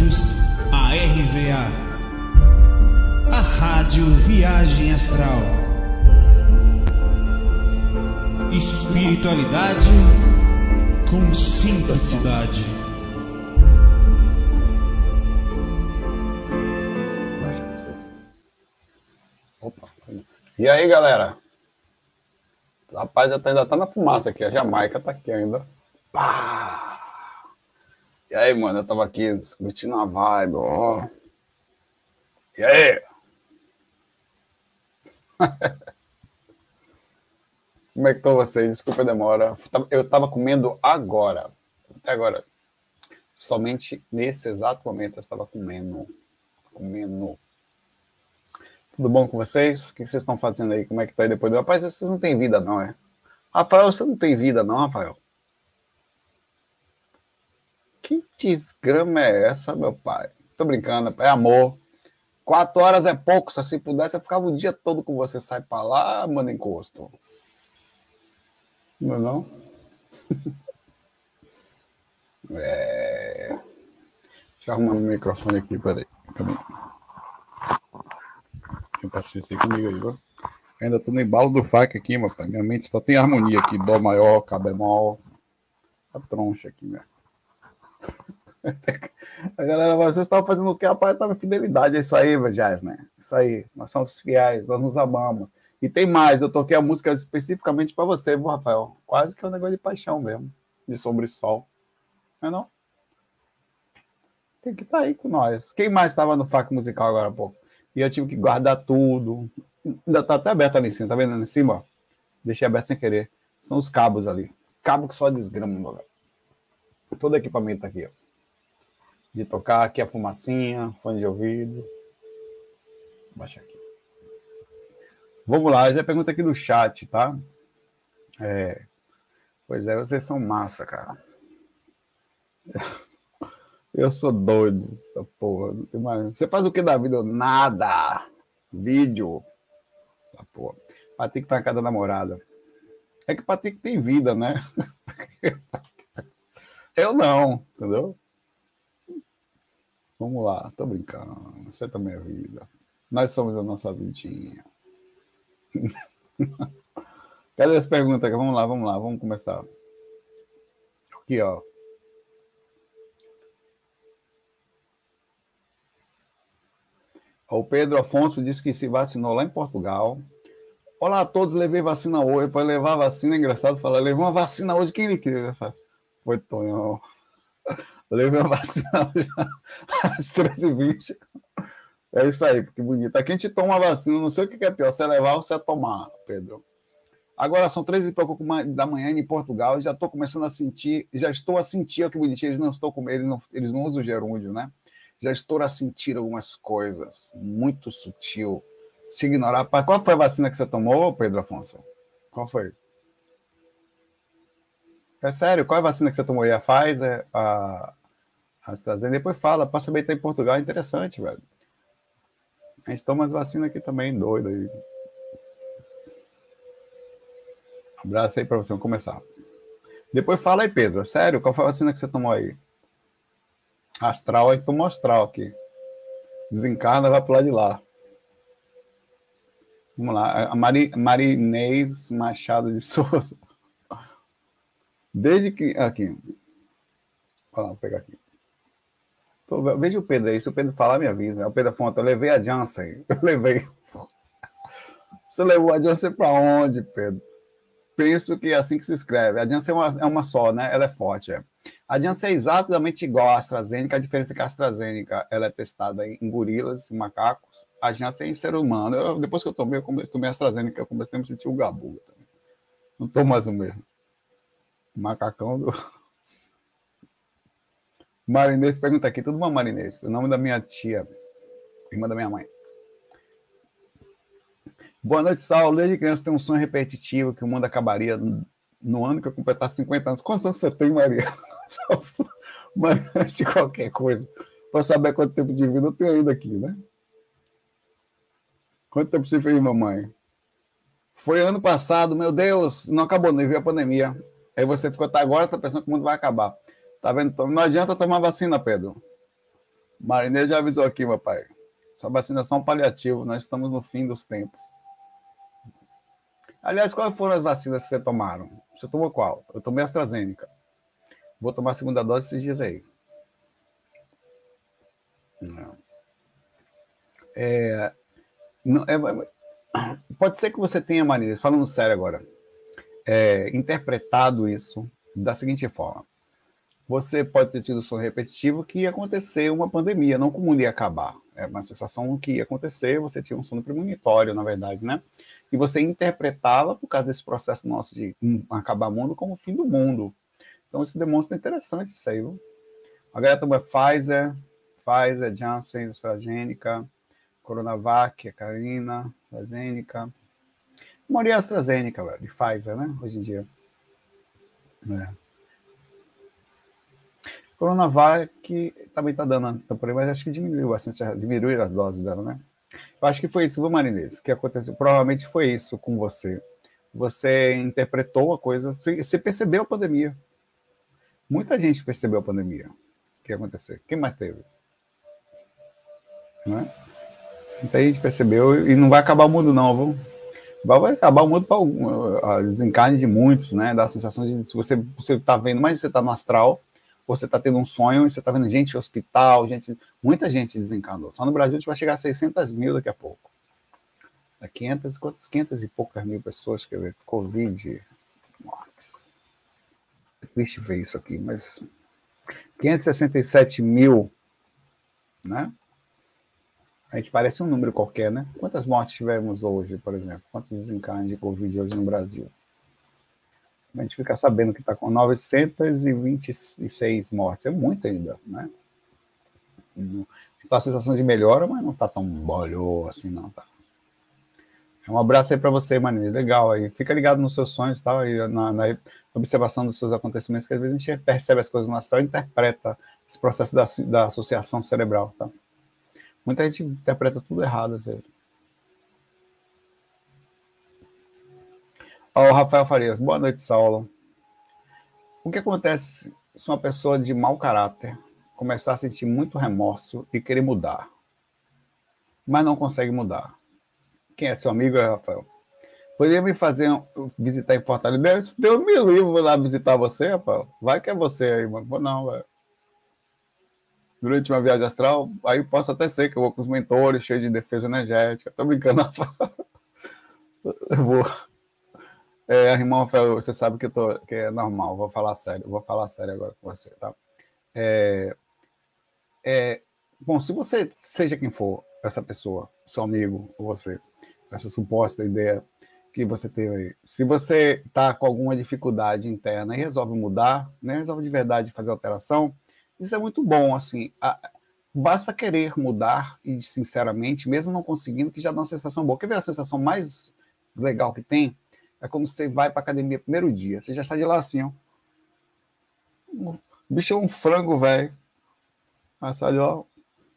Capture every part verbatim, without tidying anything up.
ouvidos a R V A, a Rádio Viagem Astral. Espiritualidade com simplicidade. Opa. E aí, galera? Rapaz, já tá, ainda tá na fumaça aqui. A Jamaica tá aqui ainda. Pá! E aí, mano? Eu tava aqui curtindo a vibe, ó. E aí? Como é que estão vocês? Desculpa a demora. Eu tava comendo agora. Até agora. Somente nesse exato momento eu estava comendo. Comendo. Tudo bom com vocês? O que vocês estão fazendo aí? Como é que tá aí depois do... Rapaz, vocês não têm vida não, é? Rafael, você não tem vida não, Rafael? Que desgrama é essa, meu pai? Tô brincando, é amor. Quatro horas é pouco, se assim pudesse, eu ficava o dia todo com você. Sai pra lá, manda encosto. Não é não? É... Deixa eu arrumar o microfone aqui, peraí. Peraí. Tem paciência aí comigo aí, viu? Ainda tô no embalo do fac aqui, meu pai. Minha mente só tem harmonia aqui. Dó maior, Cá bemol. A troncha aqui, meu. A galera vai, vocês estavam fazendo o quê? Rapaz, tava fidelidade. É isso aí, Jazz, né? Isso aí. Nós somos fiéis, nós nos amamos. E tem mais, eu toquei a música especificamente para você, viu, Rafael? Quase que é um negócio de paixão mesmo. De sobre sol. Não é não? Tem que estar tá aí com nós. Quem mais estava no fac musical agora há pouco? E eu tive que guardar tudo. Ainda tá até aberto ali em cima, tá vendo ali em cima? Ó? Deixei aberto sem querer. São os cabos ali. Cabo que só desgrama, meu velho. Todo equipamento tá aqui, ó. De tocar, aqui a fumacinha, fone de ouvido. Vou baixar aqui. Vamos lá, já pergunta aqui do chat, tá? É. Pois é, vocês são massa, cara. Eu sou doido, essa porra. Não tem mais... Você faz o que da vida? Nada. Vídeo. Essa porra. Patrick tá na casa da namorada. É que o Patrick tem vida, né? Eu não, entendeu? Vamos lá, tô brincando. Você também é vida. Nós somos a nossa vidinha. Cadê as perguntas? Vamos lá, vamos lá, vamos começar. Aqui, ó. O Pedro Afonso disse que se vacinou lá em Portugal. Olá a todos, levei vacina hoje. Para levar vacina, é engraçado falar, levou uma vacina hoje, quem ele quer? Foi Tonhão. Levei uma vacina hoje às treze e vinte. É isso aí, que bonito. Aqui a gente toma vacina, não sei o que é pior, se é levar ou se é tomar, Pedro. Agora são treze e pouco da manhã em Portugal, já estou começando a sentir, já estou a sentir, olha que bonitinho, eles não estão com eles não, eles não usam gerúndio, né? Já estou a sentir algumas coisas, muito sutil. Se ignorar. Qual foi a vacina que você tomou, Pedro Afonso? Qual foi? É sério, qual é a vacina que você tomou? E a Pfizer, a AstraZeneca? Depois fala, para saber que está em Portugal, é interessante, velho. A gente toma as vacinas aqui também, doido aí. Um abraço aí para você, vamos começar. Depois fala aí, Pedro, sério, qual foi a vacina que você tomou aí? Astral, aí tomou astral aqui. Desencarna, vai pro lado de lá. Vamos lá. A Mari, Marinês Machado de Souza. Desde que... Aqui. Olha lá, vou pegar aqui. Tô, veja o Pedro aí. Se o Pedro falar, me avisa. O Pedro Fonte, eu levei a Janssen. Eu levei. Você levou a Janssen para onde, Pedro? Penso que é assim que se escreve. A Janssen é uma, é uma só, né? Ela é forte, é. A Janssen é exatamente igual à AstraZeneca, a diferença é que a AstraZeneca ela é testada em gorilas, em macacos, a Janssen é em ser humano. Eu, depois que eu tomei, eu tomei a AstraZeneca, eu comecei a me sentir o gabuga também. Não estou mais o mesmo. Macacão do... Marinês pergunta aqui, tudo bom, Marinês? O nome da minha tia, irmã da minha mãe. Boa noite, Saulo. Desde criança tem um sonho repetitivo que o mundo acabaria no ano que eu completasse cinquenta anos. Quantos anos você tem, Maria? Mas antes de qualquer coisa, para saber quanto tempo de vida eu tenho ainda aqui, né? Quanto tempo você fez, mamãe? Foi ano passado, meu Deus, não acabou, nem veio a pandemia. Aí você ficou até agora, tá pensando que o mundo vai acabar. Tá vendo? Não adianta tomar vacina, Pedro. Marinês já avisou aqui, meu pai. Só vacinação paliativa, nós estamos no fim dos tempos. Aliás, quais foram as vacinas que você tomaram? Você tomou qual? Eu tomei AstraZeneca. Vou tomar a segunda dose esses dias aí. Não. É, não, é, pode ser que você tenha, Marinês, falando sério agora, é, interpretado isso da seguinte forma. Você pode ter tido sono repetitivo que ia acontecer uma pandemia, não que o mundo ia acabar. É uma sensação que ia acontecer, você tinha um sono premonitório, na verdade, né? E você interpretava, por causa desse processo nosso de um, acabar o mundo, como o fim do mundo. Então, isso demonstra interessante isso aí, viu? A galera toma Pfizer, Pfizer, Janssen, AstraZeneca, Coronavac, a Carina, AstraZeneca. A maioria é AstraZeneca, velho, de Pfizer, né? Hoje em dia. É. Coronavac também está dando por aí, mas acho que diminuiu bastante, diminuiu as doses dela, né? Eu acho que foi isso, viu, Marinês? Que aconteceu. Provavelmente foi isso com você. Você interpretou a coisa, você percebeu a pandemia. Muita gente percebeu a pandemia. O que aconteceu? Quem mais teve? Não é? Muita gente percebeu e não vai acabar o mundo, não, viu? Vai acabar o mundo para desencarne de muitos, né? Dá a sensação de se você você está vendo, mas você está no astral, você está tendo um sonho e você está vendo gente em hospital, gente, muita gente desencarnou. Só no Brasil a gente vai chegar a seiscentos mil daqui a pouco. quinhentas, quantas, quinhentas e poucas mil pessoas que ver Covid. Nossa. É triste ver isso aqui, mas quinhentos e sessenta e sete mil, né? A gente parece um número qualquer, né? Quantas mortes tivemos hoje, por exemplo? Quantos desencarnes de Covid hoje no Brasil? A gente fica sabendo que está com novecentos e vinte e seis mortes. É muito ainda, né? Então a sensação de melhora, mas não está tão bolhou assim, não, tá? Um abraço aí para você, Maninho. Legal aí. Fica ligado nos seus sonhos, tá? E na, na observação dos seus acontecimentos, que às vezes a gente percebe as coisas no astral e interpreta esse processo da, da associação cerebral, tá? Muita gente interpreta tudo errado, às vezes. Ó, o Rafael Farias. Boa noite, Saulo. O que acontece se uma pessoa de mau caráter começar a sentir muito remorso e querer mudar, mas não consegue mudar? Quem é seu amigo, Rafael? Poderia me fazer visitar em Fortaleza? Deus me livre, vou lá visitar você, Rafael. Vai que é você aí, mano. Vou não, velho. Durante uma viagem astral, aí posso até ser que eu vou com os mentores, cheio de defesa energética. Tô brincando, Rafael. Eu vou. É, irmão Rafael, você sabe que, eu tô, que é normal, vou falar sério. Vou falar sério agora com você, tá? É, é, bom, se você, seja quem for, essa pessoa, seu amigo, ou você, essa suposta ideia que você teve aí, se você está com alguma dificuldade interna e resolve mudar, né, resolve de verdade fazer alteração, isso é muito bom, assim, a, basta querer mudar e sinceramente, mesmo não conseguindo, que já dá uma sensação boa. Quer ver a sensação mais legal que tem? É como você vai para academia no primeiro dia, você já está de lá assim, ó. O bicho é um frango, velho. Sai de lá.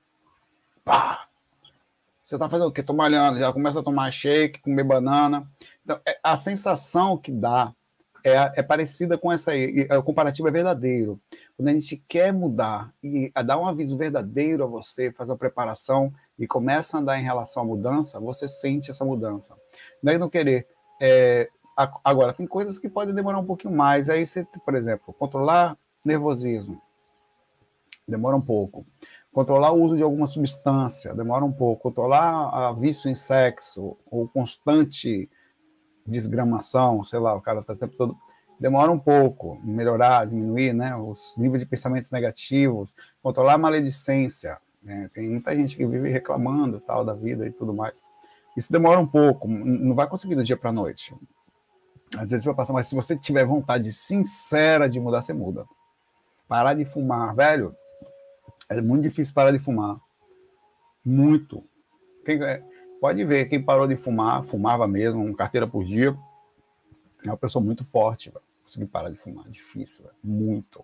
Pá! Você está fazendo o quê? Tô malhando, já começa a tomar shake, comer banana. Então, a sensação que dá é, é parecida com essa aí. O comparativo é verdadeiro. Quando a gente quer mudar e dá um aviso verdadeiro a você, faz a preparação e começa a andar em relação à mudança, você sente essa mudança. Daí não querer. É, agora, tem coisas que podem demorar um pouquinho mais. Aí você, por exemplo, controlar nervosismo. Demora um pouco. Controlar o uso de alguma substância, demora um pouco. Controlar a vício em sexo, ou constante desgramação, sei lá, o cara está o tempo todo... Demora um pouco. Melhorar, diminuir, né, os níveis de pensamentos negativos. Controlar a maledicência. Né? Tem muita gente que vive reclamando tal, da vida e tudo mais. Isso demora um pouco. Não vai conseguir do dia para a noite. Às vezes vai passar, mas se você tiver vontade sincera de mudar, você muda. Parar de fumar, velho... É muito difícil parar de fumar. Muito. Quem, pode ver, quem parou de fumar, fumava mesmo, uma carteira por dia, é uma pessoa muito forte, véio. Conseguir parar de fumar, difícil, véio. Muito.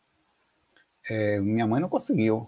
É, minha mãe não conseguiu.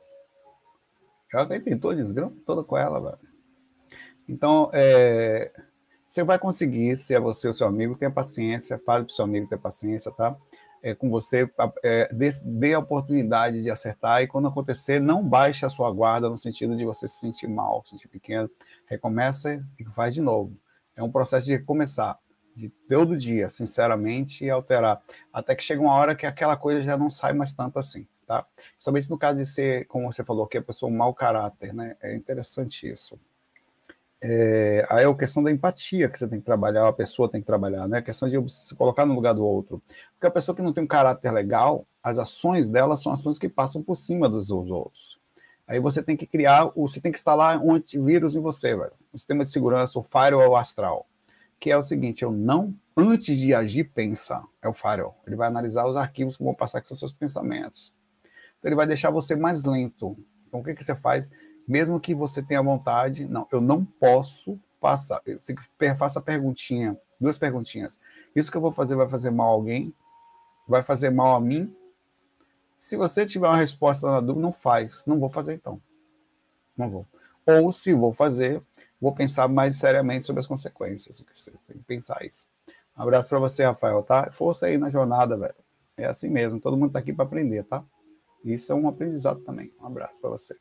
Ela tentou desgrama toda com ela, velho. Então, é, você vai conseguir, se é você ou seu amigo, tenha paciência, fale pro seu amigo ter paciência, tá? é, com você, é, dê, dê a oportunidade de acertar, e quando acontecer, não baixe a sua guarda no sentido de você se sentir mal, se sentir pequeno, recomeça e faz de novo. É um processo de recomeçar, de todo dia, sinceramente, e alterar, até que chega uma hora que aquela coisa já não sai mais tanto assim, tá? Principalmente no caso de ser, como você falou, que a pessoa um mau caráter, né? É interessante isso. É, aí é a questão da empatia que você tem que trabalhar, a pessoa tem que trabalhar, né? A questão de se colocar no lugar do outro. Porque a pessoa que não tem um caráter legal, as ações dela são ações que passam por cima dos outros. Aí você tem que criar, você tem que instalar um antivírus em você, velho. Um sistema de segurança, o firewall astral. Que é o seguinte, eu não, antes de agir, pensa. É o firewall. Ele vai analisar os arquivos que vão passar, que são seus pensamentos. Então ele vai deixar você mais lento. Então o que, que você faz? Mesmo que você tenha vontade, não, eu não posso passar. Você faça a perguntinha, duas perguntinhas. Isso que eu vou fazer vai fazer mal a alguém? Vai fazer mal a mim? Se você tiver uma resposta na dúvida, não faz. Não vou fazer então. Não vou. Ou se vou fazer, vou pensar mais seriamente sobre as consequências. Você tem que pensar isso. Um abraço para você, Rafael, tá? Força aí na jornada, velho. É assim mesmo, todo mundo tá aqui para aprender, tá? Isso é um aprendizado também. Um abraço para você.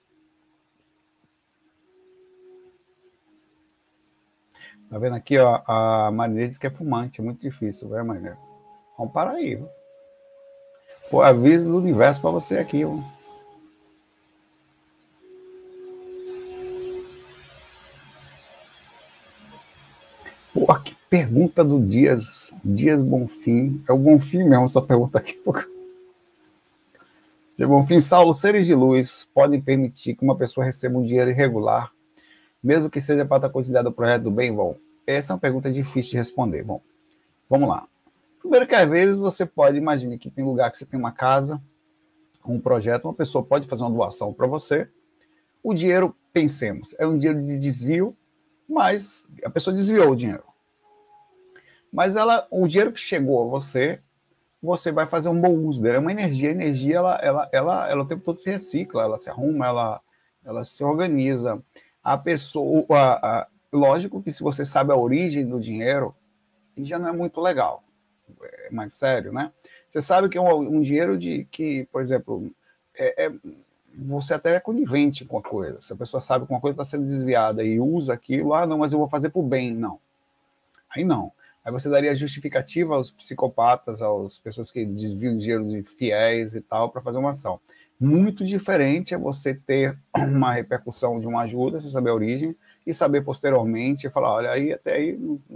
Tá vendo aqui, ó, a Marinês diz que é fumante, é muito difícil, vai, Marinês? Vamos parar aí, viu? Foi aviso do universo para você aqui, viu? Pô, que pergunta do Dias, Dias Bonfim. É o Bonfim mesmo, essa pergunta aqui. Dias Bonfim, Saulo, seres de luz podem permitir que uma pessoa receba um dinheiro irregular, mesmo que seja para estar considerado o projeto do bem? Bom, essa é uma pergunta difícil de responder. Bom, vamos lá. Primeiro que às vezes você pode, imagine que tem lugar que você tem uma casa, um projeto, uma pessoa pode fazer uma doação para você. O dinheiro, pensemos, é um dinheiro de desvio, mas a pessoa desviou o dinheiro. Mas ela, o dinheiro que chegou a você, você vai fazer um bom uso dele. É uma energia, a energia, ela, ela, ela, ela o tempo todo se recicla, ela se arruma, ela, ela se organiza. A pessoa, a, a, lógico que se você sabe a origem do dinheiro, já não é muito legal, é mais sério, né? Você sabe que é um, um dinheiro de que, por exemplo, é, é, você até é conivente com a coisa. Se a pessoa sabe que uma coisa está sendo desviada e usa aquilo, ah, não, mas eu vou fazer para o bem, não. Aí não. Aí você daria justificativa aos psicopatas, às pessoas que desviam dinheiro de fiéis e tal, para fazer uma ação. Muito diferente é você ter uma repercussão de uma ajuda, você saber a origem, e saber posteriormente, e falar, olha, aí até aí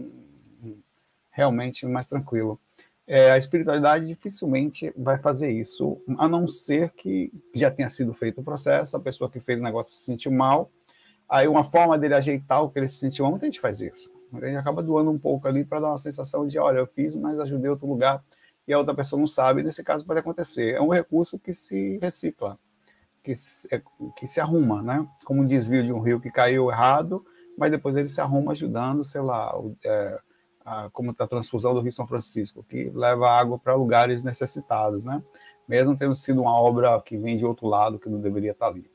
realmente mais tranquilo. É, a espiritualidade dificilmente vai fazer isso, a não ser que já tenha sido feito o processo, a pessoa que fez o negócio se sentiu mal, aí uma forma dele ajeitar o que ele se sentiu mal, muita gente faz isso. A gente acaba doando um pouco ali para dar uma sensação de, olha, eu fiz, mas ajudei outro lugar, e a outra pessoa não sabe, nesse caso pode acontecer. É um recurso que se recicla, que se, é, que se arruma, né? Como um desvio de um rio que caiu errado, mas depois ele se arruma ajudando, sei lá, é, a, como a transfusão do Rio São Francisco, que leva água para lugares necessitados, né? Mesmo tendo sido uma obra que vem de outro lado, que não deveria estar ali.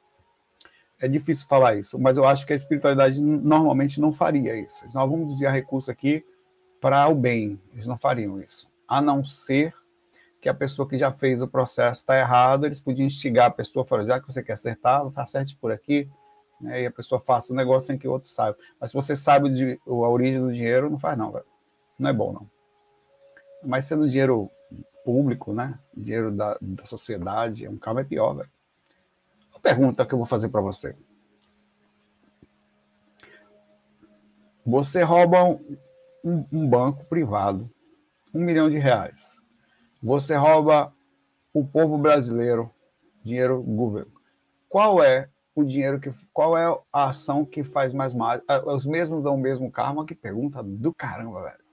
É difícil falar isso, mas eu acho que a espiritualidade normalmente não faria isso. Nós vamos desviar recurso aqui para o bem, eles não fariam isso. A não ser que a pessoa que já fez o processo está errado, eles podiam instigar a pessoa, falar, já que você quer acertar, acerte por aqui, né, e a pessoa faça o negócio sem que o outro saiba. Mas se você sabe de, a origem do dinheiro, não faz não, velho. Não é bom, não. Mas sendo dinheiro público, né, dinheiro da, da sociedade, um carro é pior, velho. Pergunta que eu vou fazer para você. Você rouba um, um banco privado, um milhão de reais. Você rouba o povo brasileiro, dinheiro do governo. Qual é o dinheiro que, qual é a ação que faz mais mal? Os mesmos dão o mesmo karma? Que pergunta do caramba, velho.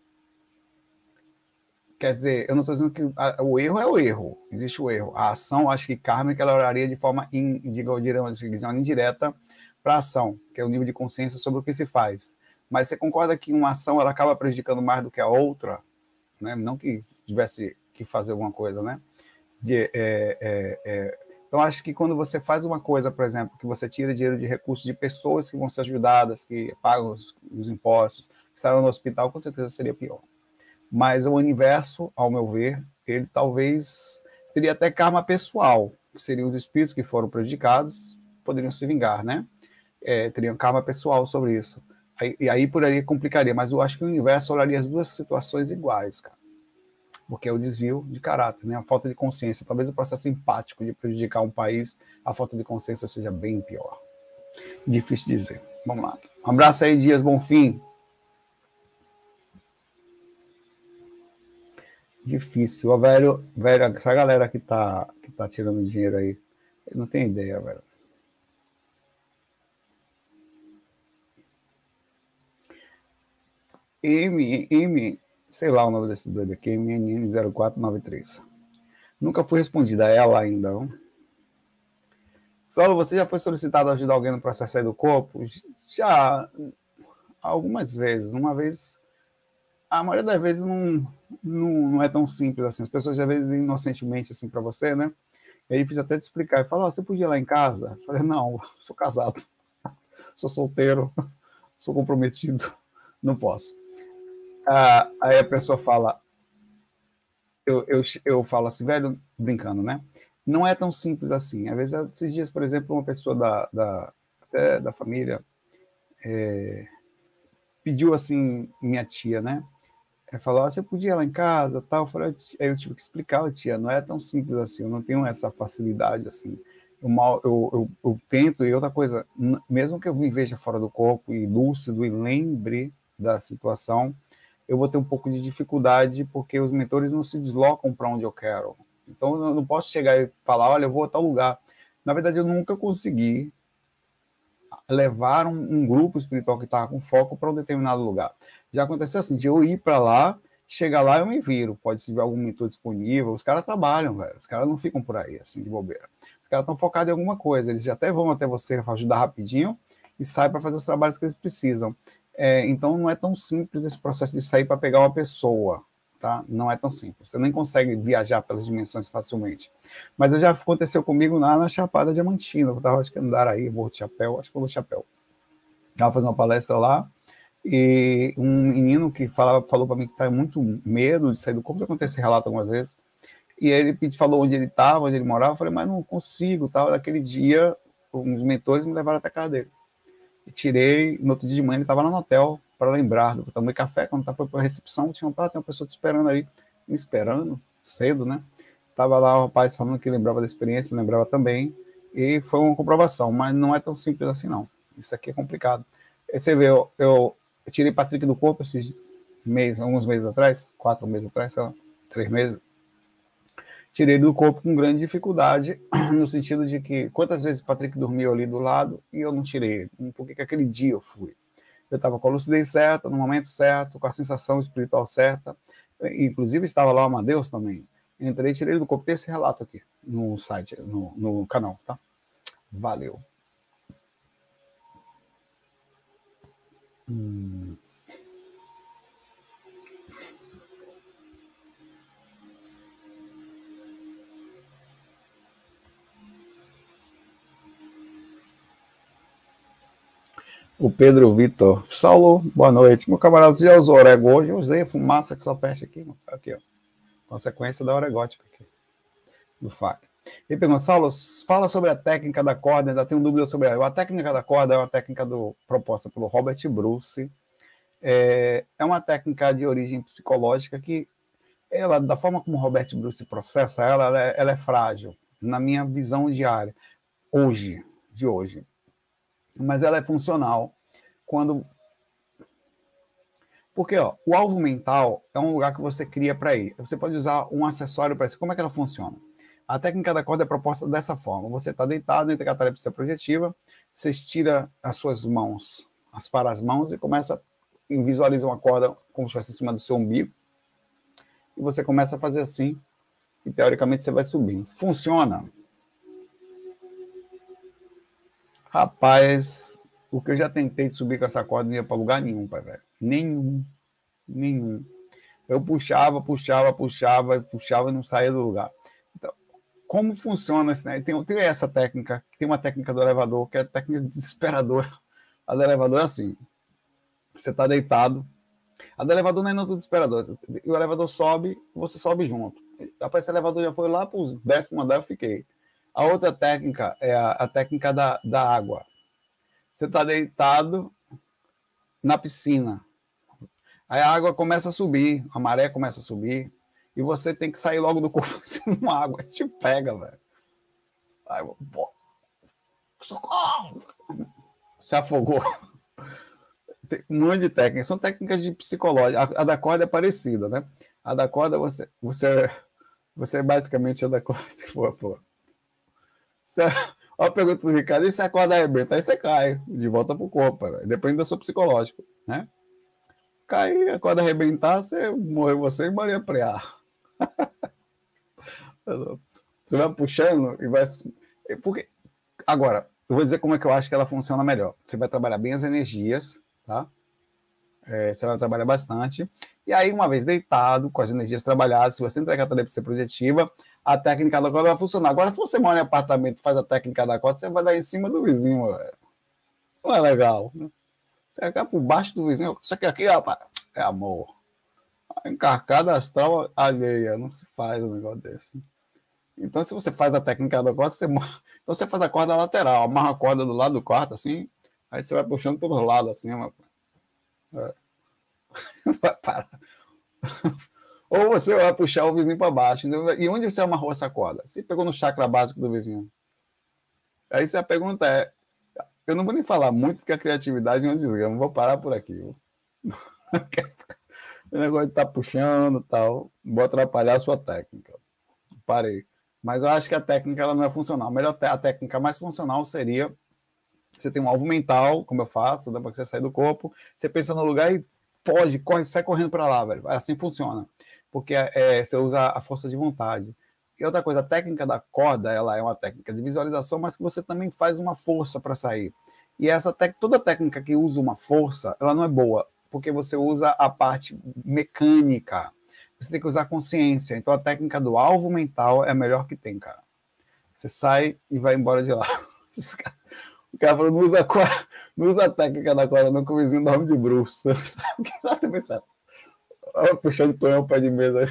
Quer dizer, eu não estou dizendo que a, o erro é o erro, existe o erro. A ação, acho que kármica, ela oraria de forma in, digamos, indireta para a ação, que é o nível de consciência sobre o que se faz. Mas você concorda que uma ação ela acaba prejudicando mais do que a outra? Né? Não que tivesse que fazer alguma coisa, né? De, é, é, é... Então, acho que quando você faz uma coisa, por exemplo, que você tira dinheiro de recursos de pessoas que vão ser ajudadas, que pagam os, os impostos, que saíram no hospital, com certeza seria pior. Mas o universo, ao meu ver, ele talvez teria até karma pessoal, que seriam os espíritos que foram prejudicados, poderiam se vingar, né? É, teriam karma pessoal sobre isso. Aí, e aí por aí complicaria, mas eu acho que o universo olharia as duas situações iguais, cara. Porque é o desvio de caráter, né? A falta de consciência. Talvez o processo empático de prejudicar um país, a falta de consciência seja bem pior. Difícil dizer. Vamos lá. Um abraço aí, Dias Bonfim. Difícil. Ó, velho, velho, essa galera que tá, que tá tirando dinheiro aí, eu não tenho ideia, velho. M, M, sei lá o nome desse doido aqui, M N N zero quatro nove três. Nunca fui respondida a ela ainda. Não? Saulo, você já foi solicitado a ajudar alguém no processo aí do corpo? Já, algumas vezes. Uma vez, a maioria das vezes não, não, não é tão simples assim. As pessoas às vezes inocentemente assim para você, né? E aí fiz até te explicar. Falou, oh, você podia ir lá em casa? Eu falei, não, sou casado, sou solteiro, sou comprometido, não posso. Ah, aí a pessoa fala, eu, eu, eu falo assim, velho, brincando, né? Não é tão simples assim. Às vezes, esses dias, por exemplo, uma pessoa da, da, até da família é, pediu assim, minha tia, né? Ela falou, ah, você podia ir lá em casa, tal. Eu falei, aí eu tive que explicar, tia, não é tão simples assim, eu não tenho essa facilidade assim. Eu, mal, eu, eu, eu tento, e outra coisa, mesmo que eu me veja fora do corpo e lúcido e lembre da situação, eu vou ter um pouco de dificuldade porque os mentores não se deslocam para onde eu quero. Então, eu não posso chegar e falar, olha, eu vou a tal lugar. Na verdade, eu nunca consegui levar um, um grupo espiritual que estava com foco para um determinado lugar. Já aconteceu assim, de eu ir para lá, chegar lá eu me viro. Pode ser algum mentor disponível. Os caras trabalham, velho. Os caras não ficam por aí, assim, de bobeira. Os caras estão focados em alguma coisa. Eles até vão até você para ajudar rapidinho e saem para fazer os trabalhos que eles precisam. É, então, não é tão simples esse processo de sair para pegar uma pessoa. Tá? Não é tão simples. Você nem consegue viajar pelas dimensões facilmente. Mas já aconteceu comigo lá na Chapada Diamantina. Eu estava, acho que andar aí, Morro de Chapéu, acho que foi no Chapéu. Estava fazendo uma palestra lá e um menino que falava, falou para mim que estava muito medo de sair do corpo. Já aconteceu esse relato algumas vezes. E ele falou onde ele estava, onde ele morava. Eu falei, mas não consigo. Tal. Naquele dia, uns mentores me levaram até a casa dele. E tirei, no outro dia de manhã ele estava lá no hotel para lembrar do tomei café, quando estava para a recepção, tinha um, ah, tem uma pessoa te esperando aí, me esperando, cedo, né? Tava lá o rapaz falando que lembrava da experiência, lembrava também, e foi uma comprovação, mas não é tão simples assim, não. Isso aqui é complicado. Aí você vê, eu, eu, eu tirei Patrick do corpo esses meses, alguns meses atrás, quatro meses atrás, sei lá, três meses, tirei do corpo com grande dificuldade, no sentido de que quantas vezes Patrick dormiu ali do lado e eu não tirei, por que aquele dia eu fui? Eu estava com a lucidez certa, no momento certo, com a sensação espiritual certa, inclusive estava lá o Amadeus também. Entrei e tirei do corpo. Tem esse relato aqui no site, no, no canal, tá? Valeu. Hum. O Pedro Vitor. Saulo, boa noite. Meu camarada, você já usou orego hoje? Eu usei a fumaça que só peste aqui. Aqui, ó. Consequência da oregótica aqui. Do F A C. Ele pergunta, Saulo, fala sobre a técnica da corda. Ainda tenho dúvida sobre ela. A técnica da corda é uma técnica do, proposta pelo Robert Bruce. É, é uma técnica de origem psicológica que, ela, da forma como o Robert Bruce processa ela, ela é, ela é frágil, na minha visão diária, hoje, de hoje. Mas ela é funcional quando... Porque ó, o alvo mental é um lugar que você cria para ir. Você pode usar um acessório para isso. Como é que ela funciona? A técnica da corda é proposta dessa forma. Você está deitado entre a catalepsia projetiva, você estira as suas mãos, as para as mãos, e começa e visualiza uma corda como se estivesse em cima do seu umbigo. E você começa a fazer assim, e teoricamente você vai subindo. Funciona? Rapaz, o que eu já tentei de subir com essa corda não ia para lugar nenhum, pai, velho. Nenhum. Nenhum. Eu puxava, puxava, puxava, e puxava e não saía do lugar. Então, como funciona isso, né? Tem, tem essa técnica, tem uma técnica do elevador, que é a técnica desesperadora. A do elevador é assim. Você está deitado. A do elevador não é não do desesperador. O elevador sobe, você sobe junto. Rapaz, esse elevador já foi lá para os décimo andar, eu fiquei. A outra técnica é a, a técnica da, da água. Você está deitado na piscina. Aí a água começa a subir, a maré começa a subir, e você tem que sair logo do corpo, senão a água te pega, velho. Aí, pô, socorro! Se afogou. Tem um monte de técnicas. São técnicas de psicológica. A, a da corda é parecida, né? A da corda, você, você, você basicamente é da corda, se for, pô. Você, olha a pergunta do Ricardo, e se a corda arrebenta? Aí você cai, de volta pro corpo, véio. Depende do seu psicológico, né? Cair, a corda arrebentar, você morreu você e Maria Preá. Você vai puxando e vai... Porque... Agora, eu vou dizer como é que eu acho que ela funciona melhor. Você vai trabalhar bem as energias, tá? É, você vai trabalhar bastante. E aí, uma vez deitado, com as energias trabalhadas, se você entrar com a catalepsia projetiva, a técnica da corda vai funcionar. Agora, se você mora em apartamento e faz a técnica da corda, você vai dar em cima do vizinho, velho. Não é legal, né? Você vai ficar por baixo do vizinho. Isso aqui, aqui, rapaz, é amor. Encarcada astral alheia. Não se faz um negócio desse. Então, se você faz a técnica da corda, você... então você faz a corda lateral. Amarra a corda do lado do quarto, assim. Aí você vai puxando por os lados, assim. Rapaz. É. Não vai parar. Ou você vai puxar o vizinho para baixo. Entendeu? E onde você amarrou essa corda? Você pegou no chakra básico do vizinho. Aí a pergunta é... Eu não vou nem falar muito, porque a criatividade é um desgrama. Vou parar por aqui. O negócio de estar tá puxando e tal, vou atrapalhar a sua técnica. Parei. Mas eu acho que a técnica ela não é funcional. A melhor a técnica mais funcional seria você ter um alvo mental, como eu faço, dá para você sair do corpo, você pensa no lugar e foge, corre, sai correndo para lá, velho. Assim funciona. Porque é, você usa a força de vontade. E outra coisa, a técnica da corda, ela é uma técnica de visualização, mas que você também faz uma força para sair. E essa toda técnica que usa uma força, ela não é boa, porque você usa a parte mecânica. Você tem que usar consciência. Então a técnica do alvo mental é a melhor que tem, cara. Você sai e vai embora de lá. O cara falou, não usa, corda, não usa a técnica da corda, não, que o vizinho dorme de bruxo. Sabe o que já tem pensado? Puxando o tonhão pé de mesa.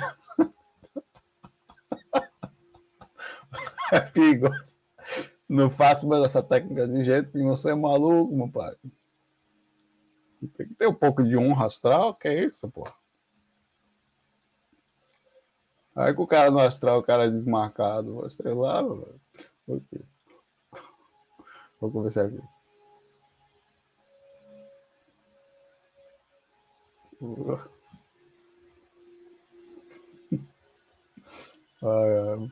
É perigoso. Não faço mais essa técnica de jeito nenhum. Você é maluco, meu pai. Tem que ter um pouco de honra astral. Que é isso, pô? Aí com o cara no astral, o cara é desmarcado. Vou estrelar, velho. Okay. Vou conversar aqui. Ai, ai.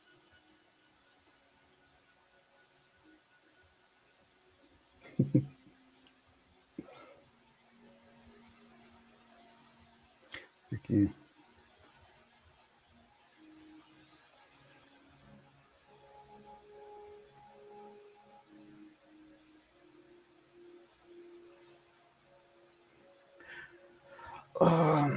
Aqui. Ah.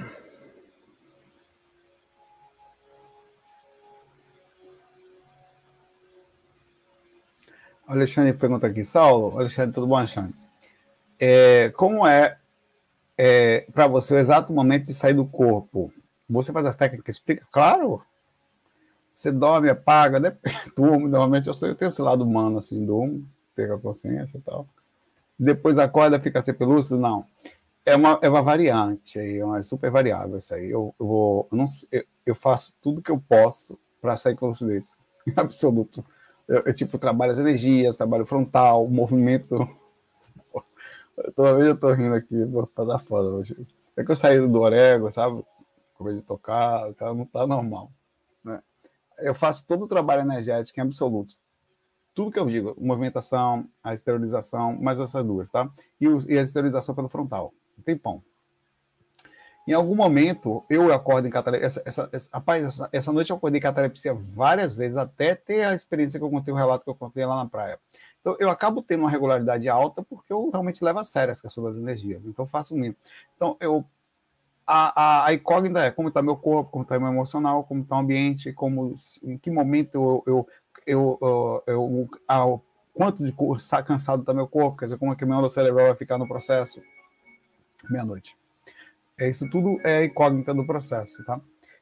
Alexandre pergunta aqui, Saulo, Alexandre, tudo bom, Alexandre? É, como é, é para você o exato momento de sair do corpo? Você faz as técnicas, explica? Claro. Você dorme, apaga, né? Durmo, normalmente eu, sei, eu tenho esse lado humano, assim, durmo, pega a consciência e tal. Depois acorda, fica sem pelúcio? Não. É uma, é uma variante, é uma super variável isso aí. Eu, eu, vou, eu, não, eu, eu faço tudo que eu posso para sair com lucidez, em absoluto. Eu, eu, tipo, trabalho as energias, trabalho frontal, movimento. Toda vez eu tô rindo aqui, vou fazer foda hoje. É que eu saí do orego, sabe? Comecei de tocar, o cara não tá normal. Né? Eu faço todo o trabalho energético em absoluto. Tudo que eu digo, movimentação, a esterilização, mais essas duas, tá? E, o, e a esterilização pelo frontal. Tem pão. Em algum momento, eu acordo em catalepsia. Essa, essa, essa, rapaz, essa, essa noite eu acordei em catalepsia várias vezes, até ter a experiência que eu contei, o relato que eu contei lá na praia. Então, eu acabo tendo uma regularidade alta porque eu realmente levo a sério essa questão das energias. Então, eu faço o mínimo. Então, eu, a, a, a incógnita é como está meu corpo, como está meu emocional, como está o ambiente, como, em que momento eu... eu, eu, eu, eu a, quanto de cansado está meu corpo, quer dizer, como é que a minha onda cerebral vai ficar no processo. Meia-noite. É, isso tudo é incógnita do processo, tá?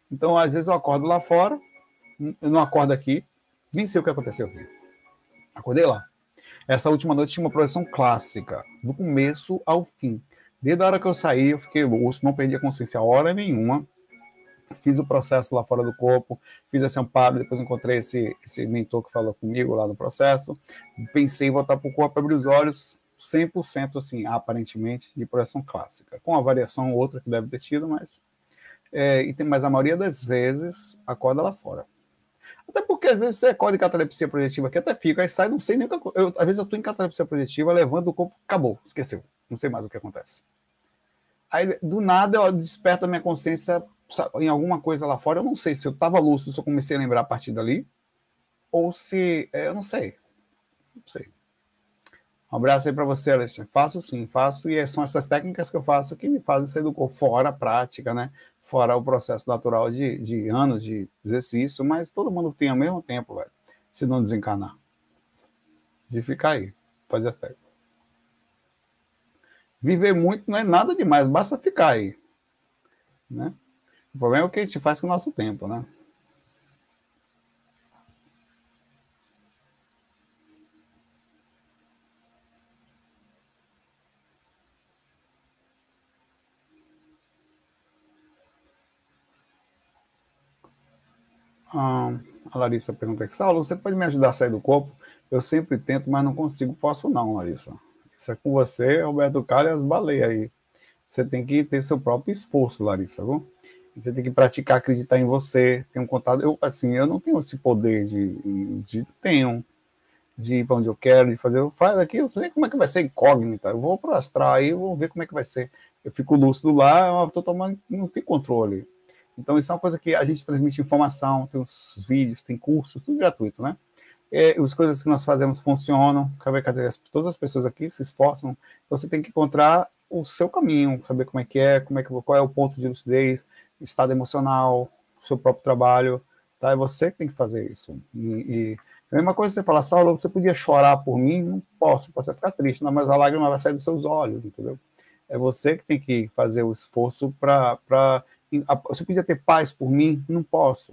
Então, às vezes eu acordo lá fora, eu não acordo aqui, nem sei o que aconteceu aqui. Acordei lá. Essa última noite tinha uma projeção clássica, do começo ao fim. Desde a hora que eu saí, eu fiquei lúcido, não perdi a consciência a hora nenhuma. Fiz o processo lá fora do corpo, fiz esse amparo, depois encontrei esse, esse mentor que falou comigo lá no processo. Pensei em voltar para o corpo, abrir os olhos, cem por cento assim, aparentemente, de projeção clássica. Com uma variação ou outra que deve ter tido, mas... É, e tem, mas a maioria das vezes acorda lá fora. Até porque às vezes você acorda em catalepsia projetiva, que até fica, aí sai, não sei nem o que eu, às vezes eu estou em catalepsia projetiva, levanto o corpo, acabou, esqueceu, não sei mais o que acontece. Aí do nada eu desperto a minha consciência em alguma coisa lá fora, eu não sei se eu estava lúcido, se eu comecei a lembrar a partir dali, ou se, é, eu não sei, não sei. Um abraço aí para você, Alexandre. Faço sim, faço, e são essas técnicas que eu faço que me fazem sair do corpo, fora a prática, né? Fora o processo natural de, de anos de exercício, mas todo mundo tem ao mesmo tempo, velho, se não desencanar. De ficar aí, fazer as técnicas. Viver muito não é nada demais, basta ficar aí, né? O problema é o que a gente faz com o nosso tempo, né? Ah, a Larissa pergunta aqui, Saulo, você pode me ajudar a sair do corpo? Eu sempre tento, mas não consigo, posso não, Larissa. Isso é com você, Roberto Carlos e as baleias aí. Você tem que ter seu próprio esforço, Larissa, viu? Você tem que praticar, acreditar em você, ter um contato. Eu, assim, eu não tenho esse poder de, de tenho, de ir para onde eu quero, de fazer, eu faço aqui, eu não sei nem como é que vai ser incógnita. Eu vou para o astral aí, vou ver como é que vai ser. Eu fico lúcido lá, eu tô tomando, não tem controle. Então, isso é uma coisa que a gente transmite informação, tem os vídeos, tem cursos, tudo gratuito, né? É, as coisas que nós fazemos funcionam, todas as pessoas aqui se esforçam, então você tem que encontrar o seu caminho, saber como é que é, como é que, qual é o ponto de lucidez, estado emocional, seu próprio trabalho, tá? É você que tem que fazer isso. E, e a mesma coisa que você fala, Saulo, você podia chorar por mim? Não posso, pode ficar triste, não, mas a lágrima vai sair dos seus olhos, entendeu? É você que tem que fazer o esforço para... Você podia ter paz por mim? Não posso.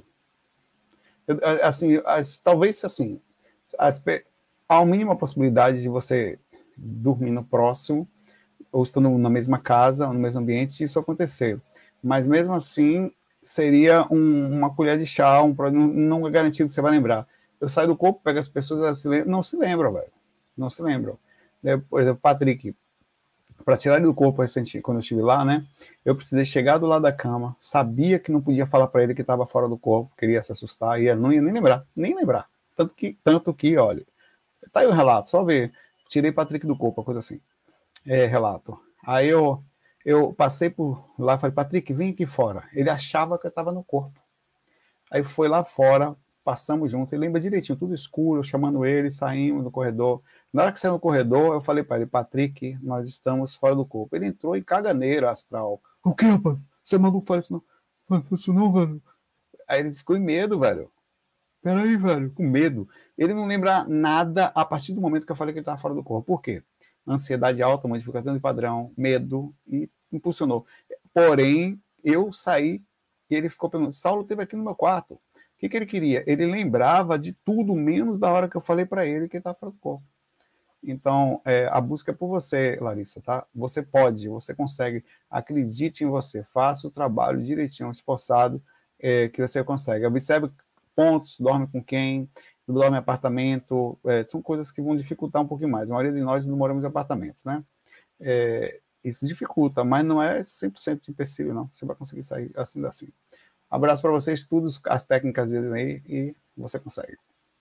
Eu, assim, as, talvez assim, as, há a mínima possibilidade de você dormir no próximo, ou estando na mesma casa, no mesmo ambiente, isso acontecer. Mas mesmo assim, seria um, uma colher de chá, um, não, não é garantido que você vai lembrar. Eu saio do corpo, pego as pessoas, elas se lembram, não se lembram, velho. Não se lembram. Por exemplo, Patrick, para tirar ele do corpo recente, quando eu estive lá, né? Eu precisei chegar do lado da cama, sabia que não podia falar para ele que estava fora do corpo, queria se assustar, e não ia nem lembrar, nem lembrar. Tanto que, tanto que, olha, tá aí o relato, só ver. Tirei Patrick do corpo, uma coisa assim. É, relato. Aí eu, eu passei por lá, falei, Patrick, vem aqui fora. Ele achava que eu estava no corpo. Aí foi lá fora, passamos juntos, ele lembra direitinho, tudo escuro, eu chamando ele, saímos do corredor. Na hora que saiu no corredor, eu falei para ele, Patrick, nós estamos fora do corpo. Ele entrou em caganeira astral. O que, rapaz? Você é maluco? Fala isso não. Fala isso não, velho. Aí ele ficou em medo, velho. Peraí, velho, com medo. Ele não lembra nada a partir do momento que eu falei que ele estava fora do corpo. Por quê? Ansiedade alta, modificação de padrão, medo, e impulsionou. Porém, eu saí e ele ficou perguntando, Saulo esteve aqui no meu quarto. O que, que ele queria? Ele lembrava de tudo, menos da hora que eu falei para ele que ele estava fora do corpo. Então, é, a busca é por você, Larissa, tá? Você pode, você consegue, acredite em você, faça o trabalho direitinho, esforçado, é, que você consegue. Observe pontos, dorme com quem, dorme em apartamento, é, são coisas que vão dificultar um pouquinho mais. A maioria de nós não moramos em apartamentos, né? É, isso dificulta, mas não é cem por cento de empecilho, não. Você vai conseguir sair assim, assim. Abraço para vocês, estude as técnicas aí e você consegue.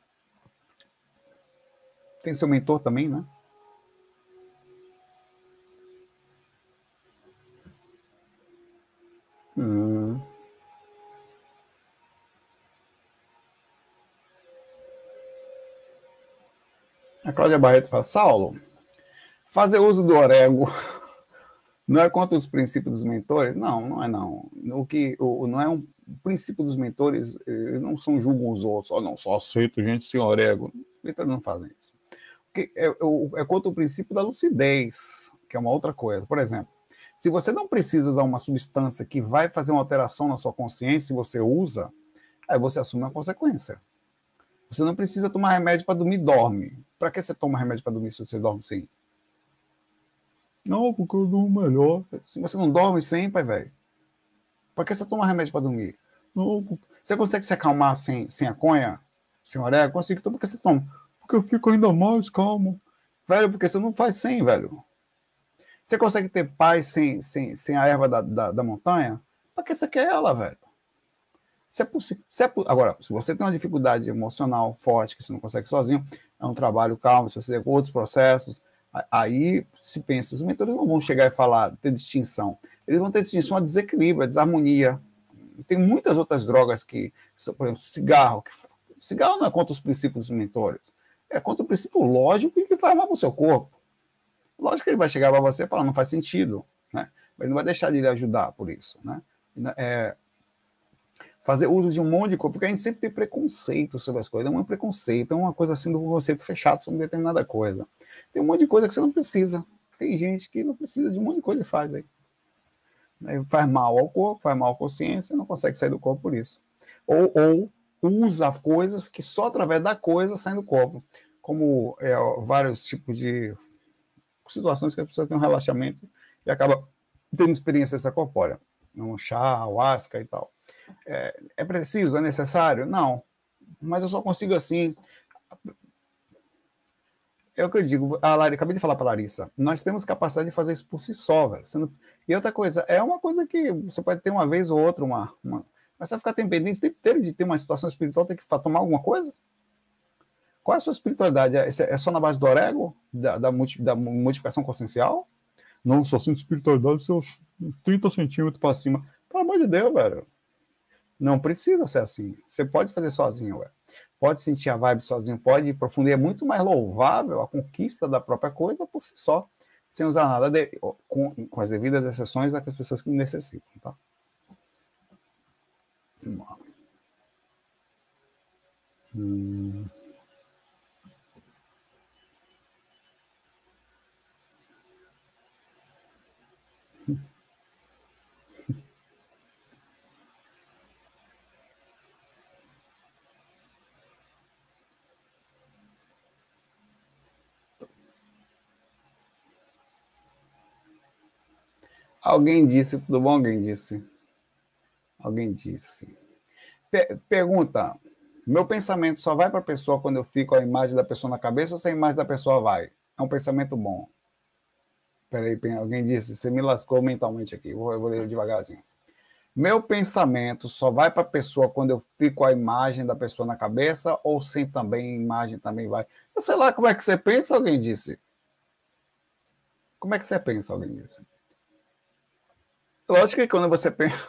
Tem seu mentor também, né? Hum. A Cláudia Barreto fala, Saulo, fazer uso do orego não é contra os princípios dos mentores? Não, não é não. O que, o, não é um o princípio dos mentores, eles não são julgam os outros, oh, não, só aceito gente sem orego. Os mentores não fazem isso. Porque é, é, é contra o princípio da lucidez, que é uma outra coisa. Por exemplo, Se você não precisa usar uma substância que vai fazer uma alteração na sua consciência e você usa, aí você assume a consequência. Você não precisa tomar remédio para dormir, dorme. Para que você toma remédio para dormir se você dorme sem? Não, porque eu durmo melhor. Se você não dorme sem, pai, velho, para que você toma remédio para dormir? Não, você consegue se acalmar sem, sem a conha? Sem orégano? Consigo. Então por que você toma? Porque eu fico ainda mais calmo. Velho, porque você não faz sem, velho. Você consegue ter paz sem, sem, sem a erva da, da, da montanha? Para que você quer ela, velho? Se é possível. Se é, agora, se você tem uma dificuldade emocional forte, que você não consegue sozinho, é um trabalho calmo, se você tem outros processos, aí se pensa, os mentores não vão chegar e falar, ter distinção. Eles vão ter distinção a desequilíbrio, a desarmonia. Tem muitas outras drogas que, por exemplo, cigarro. Que, cigarro não é contra os princípios dos mentores. É contra o princípio lógico e que faz mal para o seu corpo. Lógico que ele vai chegar para você e falar, não faz sentido, né? Mas não vai deixar de lhe ajudar por isso, né? É, fazer uso de um monte de coisa, porque a gente sempre tem preconceito sobre as coisas, é um preconceito, é uma coisa assim do conceito fechado sobre determinada coisa. Tem um monte de coisa que você não precisa. Tem gente que não precisa de um monte de coisa e faz aí. Faz mal ao corpo, faz mal à consciência, não consegue sair do corpo por isso. Ou, ou usa coisas que só através da coisa saem do corpo. Como é, vários tipos de situações que a pessoa tem um relaxamento e acaba tendo experiência extracorpórea. Um chá, ayahuasca e tal. É, é preciso? É necessário? Não. Mas eu só consigo assim. É o que eu digo. A Larissa, acabei de falar para a Larissa. Nós temos capacidade de fazer isso por si só, velho. Não... E outra coisa, é uma coisa que você pode ter uma vez ou outra, uma, uma... mas você vai ficar dependente o tempo inteiro de ter uma situação espiritual, ter que tomar alguma coisa? Qual é a sua espiritualidade? É só na base do orego? Da, da, da modificação consciencial? Não, só sinto espiritualidade seus trinta centímetros para cima. Pelo amor de Deus, velho. Não precisa ser assim. Você pode fazer sozinho, velho. Pode sentir a vibe sozinho, pode ir profundo. E é muito mais louvável a conquista da própria coisa por si só, sem usar nada, de, com, com as devidas exceções das pessoas que necessitam, tá? Hum... Alguém disse, tudo bom? Alguém disse. Alguém disse. Per- pergunta, meu pensamento só vai para a pessoa quando eu fico a imagem da pessoa na cabeça ou se a imagem da pessoa vai? É um pensamento bom. Peraí, alguém disse, você me lascou mentalmente aqui, vou, eu vou ler devagarzinho. Meu pensamento só vai para a pessoa quando eu fico a imagem da pessoa na cabeça ou sem também a imagem também vai? Eu sei lá como é que você pensa, alguém disse. Como é que você pensa, alguém disse. Lógico que quando você pensa...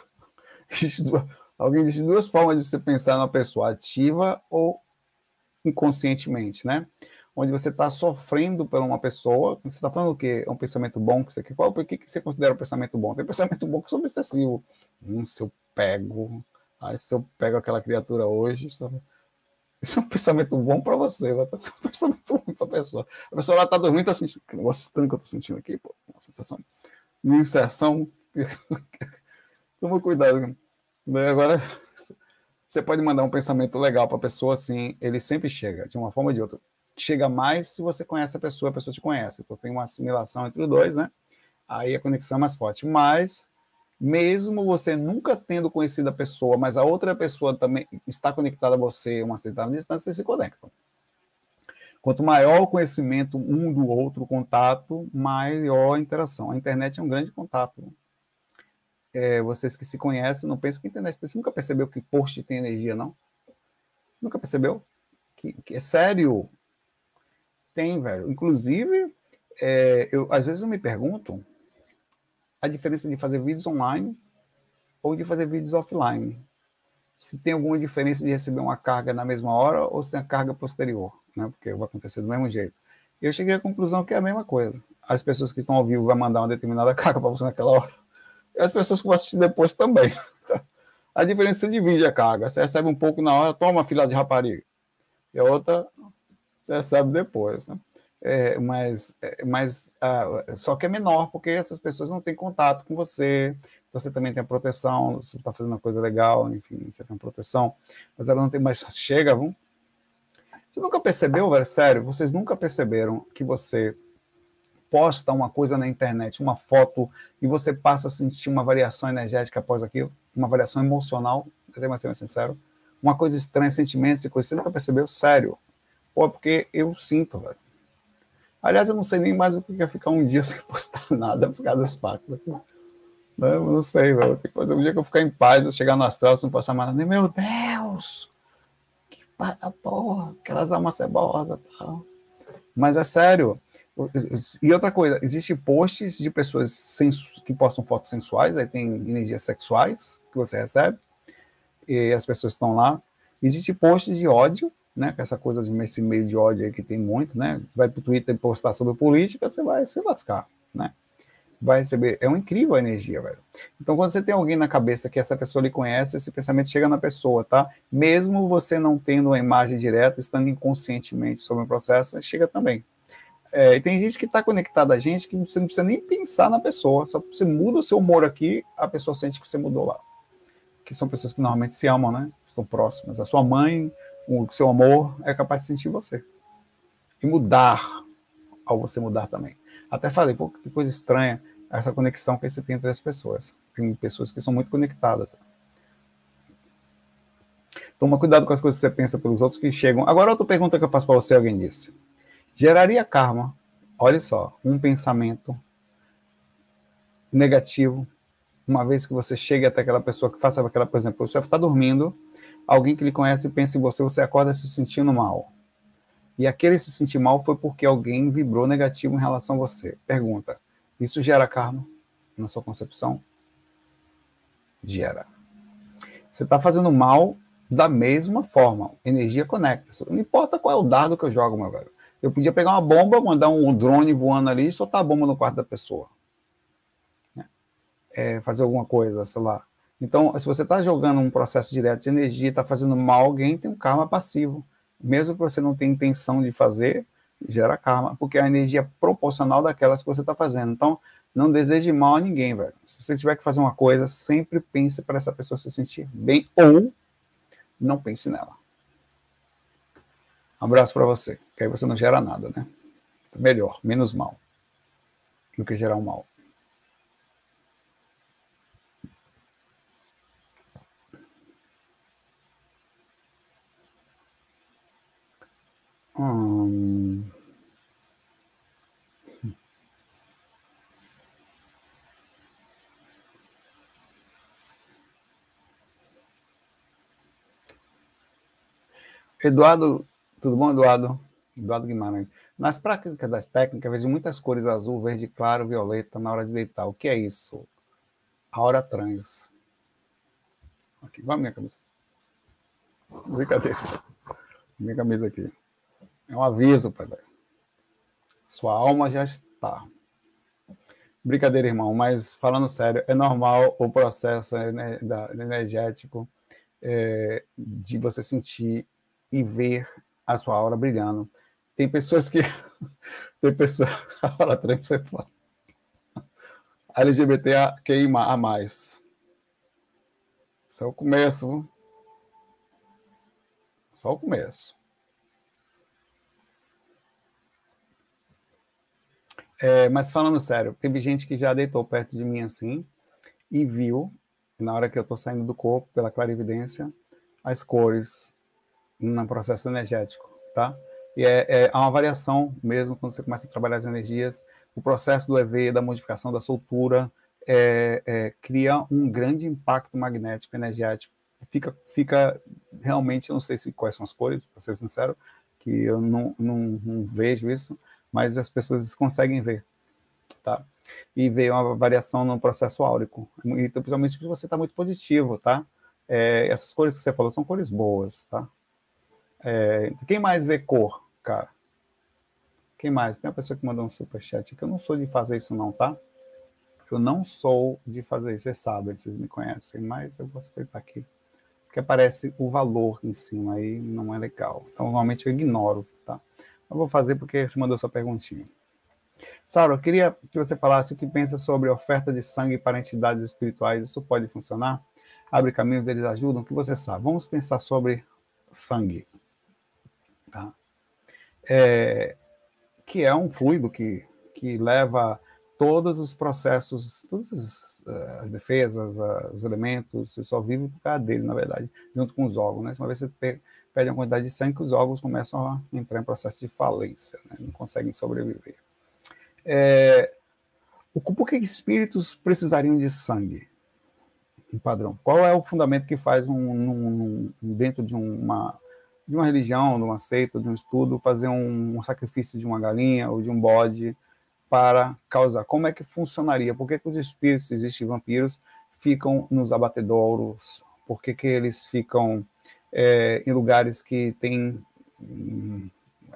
Alguém disse duas formas de você pensar na pessoa, ativa ou inconscientemente, né? Onde você está sofrendo por uma pessoa, você está falando o quê? É um pensamento bom que você quer? Qual, por que você considera um pensamento bom? Tem pensamento bom que sou obsessivo. Hum, se eu pego, ai, se eu pego aquela criatura hoje, isso, isso é um pensamento bom para você, vai ser um pensamento ruim para a pessoa. A pessoa lá está dormindo, está sentindo, que negócio estranho que eu estou sentindo aqui, pô, uma sensação, uma inserção. Toma cuidado. Agora, você pode mandar um pensamento legal para a pessoa, assim, ele sempre chega, de uma forma ou de outra. Chega mais se você conhece a pessoa, a pessoa te conhece. Então tem uma assimilação entre os dois, né? Aí a conexão é mais forte. Mas, mesmo você nunca tendo conhecido a pessoa, mas a outra pessoa também está conectada a você, uma certa distância, vocês se conectam. Quanto maior o conhecimento um do outro, o contato, maior a interação. A internet é um grande contato. É, vocês que se conhecem, não pensam que a internet... Você nunca percebeu que post tem energia, não? Nunca percebeu? Que, que é sério? Tem, velho. Inclusive, é, eu, às vezes eu me pergunto a diferença de fazer vídeos online ou de fazer vídeos offline. Se tem alguma diferença de receber uma carga na mesma hora ou se tem a carga posterior, né? Porque vai acontecer do mesmo jeito. Eu cheguei à conclusão que é a mesma coisa. As pessoas que estão ao vivo vão mandar uma determinada carga para você naquela hora. E as pessoas que vão assistir depois também. A diferença divide a carga. Você recebe um pouco na hora, toma, filha de rapariga. E a outra, você recebe depois. Né? É, mas mas ah, só que é menor, porque essas pessoas não têm contato com você, você também tem a proteção, você está fazendo uma coisa legal, enfim, você tem proteção, mas ela não tem mais. Chega, vamos. Você nunca percebeu, velho? Sério, vocês nunca perceberam que você posta uma coisa na internet, uma foto, e você passa a sentir uma variação energética após aquilo, uma variação emocional, até mais ser sincero, uma coisa estranha, sentimentos e coisas, você nunca percebeu? Sério. Pô, porque eu sinto, velho. Aliás, eu não sei nem mais o que é ficar um dia sem postar nada por causa dos fatos. Não, eu não sei, velho. Tem coisa, um dia que eu ficar em paz, eu chegar no astral, se não postar mais nada, meu Deus! Que pai da porra, aquelas almas cebosas e tal. Mas é sério. E outra coisa, existem posts de pessoas sens- que postam fotos sensuais, aí tem energias sexuais que você recebe, e as pessoas estão lá. Existe posts de ódio, né? Com essa coisa de esse meio de ódio aí que tem muito, né? Você vai para o Twitter postar sobre política, você vai se lascar, né? Vai receber. É uma incrível a energia, velho. Então, quando você tem alguém na cabeça que essa pessoa lhe conhece, esse pensamento chega na pessoa, tá? Mesmo você não tendo uma imagem direta, estando inconscientemente sobre o processo, chega também. É, e tem gente que está conectada a gente que você não precisa nem pensar na pessoa, só você muda o seu humor aqui, a pessoa sente que você mudou lá. Que são pessoas que normalmente se amam, né? Estão próximas. A sua mãe, o seu amor é capaz de sentir você. E mudar ao você mudar também. Até falei, pô, que coisa estranha essa conexão que você tem entre as pessoas. Tem pessoas que são muito conectadas. Toma cuidado com as coisas que você pensa pelos outros que chegam. Agora, outra pergunta que eu faço para você, alguém disse. Geraria karma, olha só, um pensamento negativo, uma vez que você chegue até aquela pessoa que faça aquela, por exemplo, você está dormindo, alguém que lhe conhece pensa em você, você acorda se sentindo mal. E aquele se sentir mal foi porque alguém vibrou negativo em relação a você. Pergunta, isso gera karma na sua concepção? Gera. Você está fazendo mal da mesma forma. Energia conecta. Não importa qual é o dado que eu jogo, meu velho. Eu podia pegar uma bomba, mandar um drone voando ali e soltar a bomba no quarto da pessoa. É, fazer alguma coisa, sei lá. Então, se você está jogando um processo direto de energia, está fazendo mal a alguém, tem um karma passivo. Mesmo que você não tenha intenção de fazer, gera karma, porque é a energia é proporcional daquelas que você está fazendo. Então, não deseje mal a ninguém, velho. Se você tiver que fazer uma coisa, sempre pense para essa pessoa se sentir bem ou não pense nela. Um abraço para você, que aí você não gera nada, né? Melhor, menos mal do que gerar um mal. Hum... Eduardo, tudo bom, Eduardo? Eduardo Guimarães. Nas práticas das técnicas, vejo muitas cores azul, verde claro, violeta na hora de deitar. O que é isso? Aura trans. Aqui, vai a minha camisa. Brincadeira. Minha camisa aqui. É um aviso, pai. Sua alma já está. Brincadeira, irmão, mas falando sério, é normal o processo energético é, de você sentir e ver a sua aura brilhando. Tem pessoas que... Tem pessoas... A aura trans, você fala. L G B T Q I a mais. Isso é o começo. Só o começo. É, mas falando sério, teve gente que já deitou perto de mim assim e viu, na hora que eu estou saindo do corpo, pela clarividência, as cores no processo energético, tá? E é, é uma variação mesmo quando você começa a trabalhar as energias, o processo do E V, da modificação da soltura, é, é, cria um grande impacto magnético, energético. Fica, fica realmente, eu não sei se quais são as cores, para ser sincero, que eu não, não, não vejo isso, mas as pessoas conseguem ver, tá? E veio uma variação no processo áurico, então, principalmente se você está muito positivo, tá? É, essas cores que você falou são cores boas, tá? É, quem mais vê cor, cara? Quem mais? Tem uma pessoa que mandou um superchat aqui. Eu não sou de fazer isso não, tá? Eu não sou de fazer isso. Vocês sabem, vocês me conhecem, mas eu vou explicar aqui. Porque aparece o valor em cima, aí não é legal. Então, normalmente eu ignoro, tá? Eu vou fazer porque você mandou essa perguntinha. Sara, eu queria que você falasse o que pensa sobre a oferta de sangue para entidades espirituais. Isso pode funcionar? Abre caminhos, eles ajudam? O que você sabe? Vamos pensar sobre sangue. Tá? É, que é um fluido que, que leva todos os processos, todas as, as defesas, os elementos, você só vive por causa dele, na verdade, junto com os órgãos. Né? Uma vez você perde uma quantidade de sangue, os órgãos começam a entrar em processo de falência, né? Não conseguem sobreviver. É, por que espíritos precisariam de sangue? Um padrão. Qual é o fundamento que faz um, um, um, dentro de uma, de uma religião, de uma seita, de um estudo, fazer um, um sacrifício de uma galinha ou de um bode para causar? Como é que funcionaria? Por que, que os espíritos, existem vampiros, ficam nos abatedouros? Por que, que eles ficam é, em lugares que tem hum,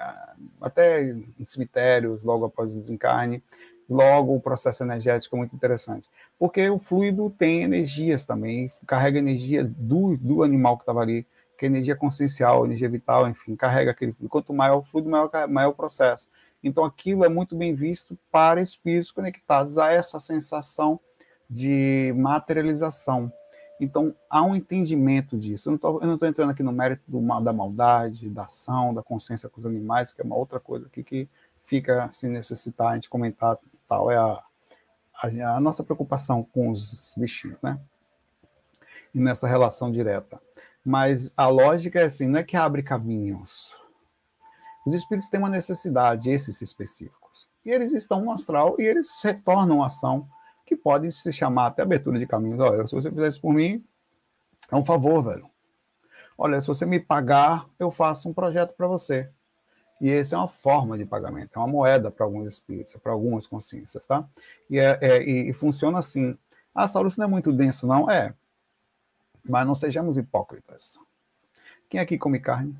até em cemitérios, logo após o desencarne? Logo, o processo energético é muito interessante. Porque o fluido tem energias também, carrega energia do, do animal que estava ali, que é energia consciencial, energia vital, enfim, carrega aquele fluido. Quanto maior o fluido, maior, maior o processo. Então, aquilo é muito bem visto para espíritos conectados a essa sensação de materialização. Então, há um entendimento disso. Eu não estou entrando aqui no mérito do, da maldade, da ação, da consciência com os animais, que é uma outra coisa aqui que fica sem necessitar a gente comentar. Tal, é a, a, a nossa preocupação com os bichinhos, né? E nessa relação direta. Mas a lógica é assim, não é que abre caminhos. Os espíritos têm uma necessidade, esses específicos. E eles estão no astral e eles retornam a ação, que pode se chamar até abertura de caminhos. Olha, se você fizer isso por mim, é um favor, velho. Olha, se você me pagar, eu faço um projeto para você. E essa é uma forma de pagamento, é uma moeda para alguns espíritos, para algumas consciências, tá? E, é, é, e, e funciona assim. Ah, Saulo, isso não é muito denso, não? É. Mas não sejamos hipócritas. Quem aqui come carne?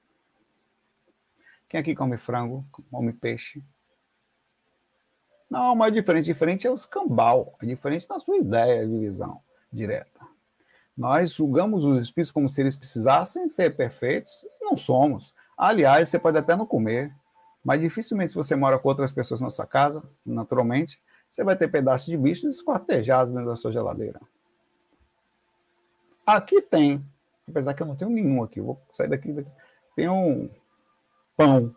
Quem aqui come frango? Come peixe? Não, mas é diferente. Diferente é o escambau. É diferente da sua ideia de visão direta. Nós julgamos os espíritos como se eles precisassem ser perfeitos. Não somos. Aliás, você pode até não comer, mas dificilmente, se você mora com outras pessoas na sua casa, naturalmente, você vai ter pedaços de bicho esquartejados dentro da sua geladeira. Aqui tem, apesar que eu não tenho nenhum aqui, eu vou sair daqui, daqui. Tem um pão,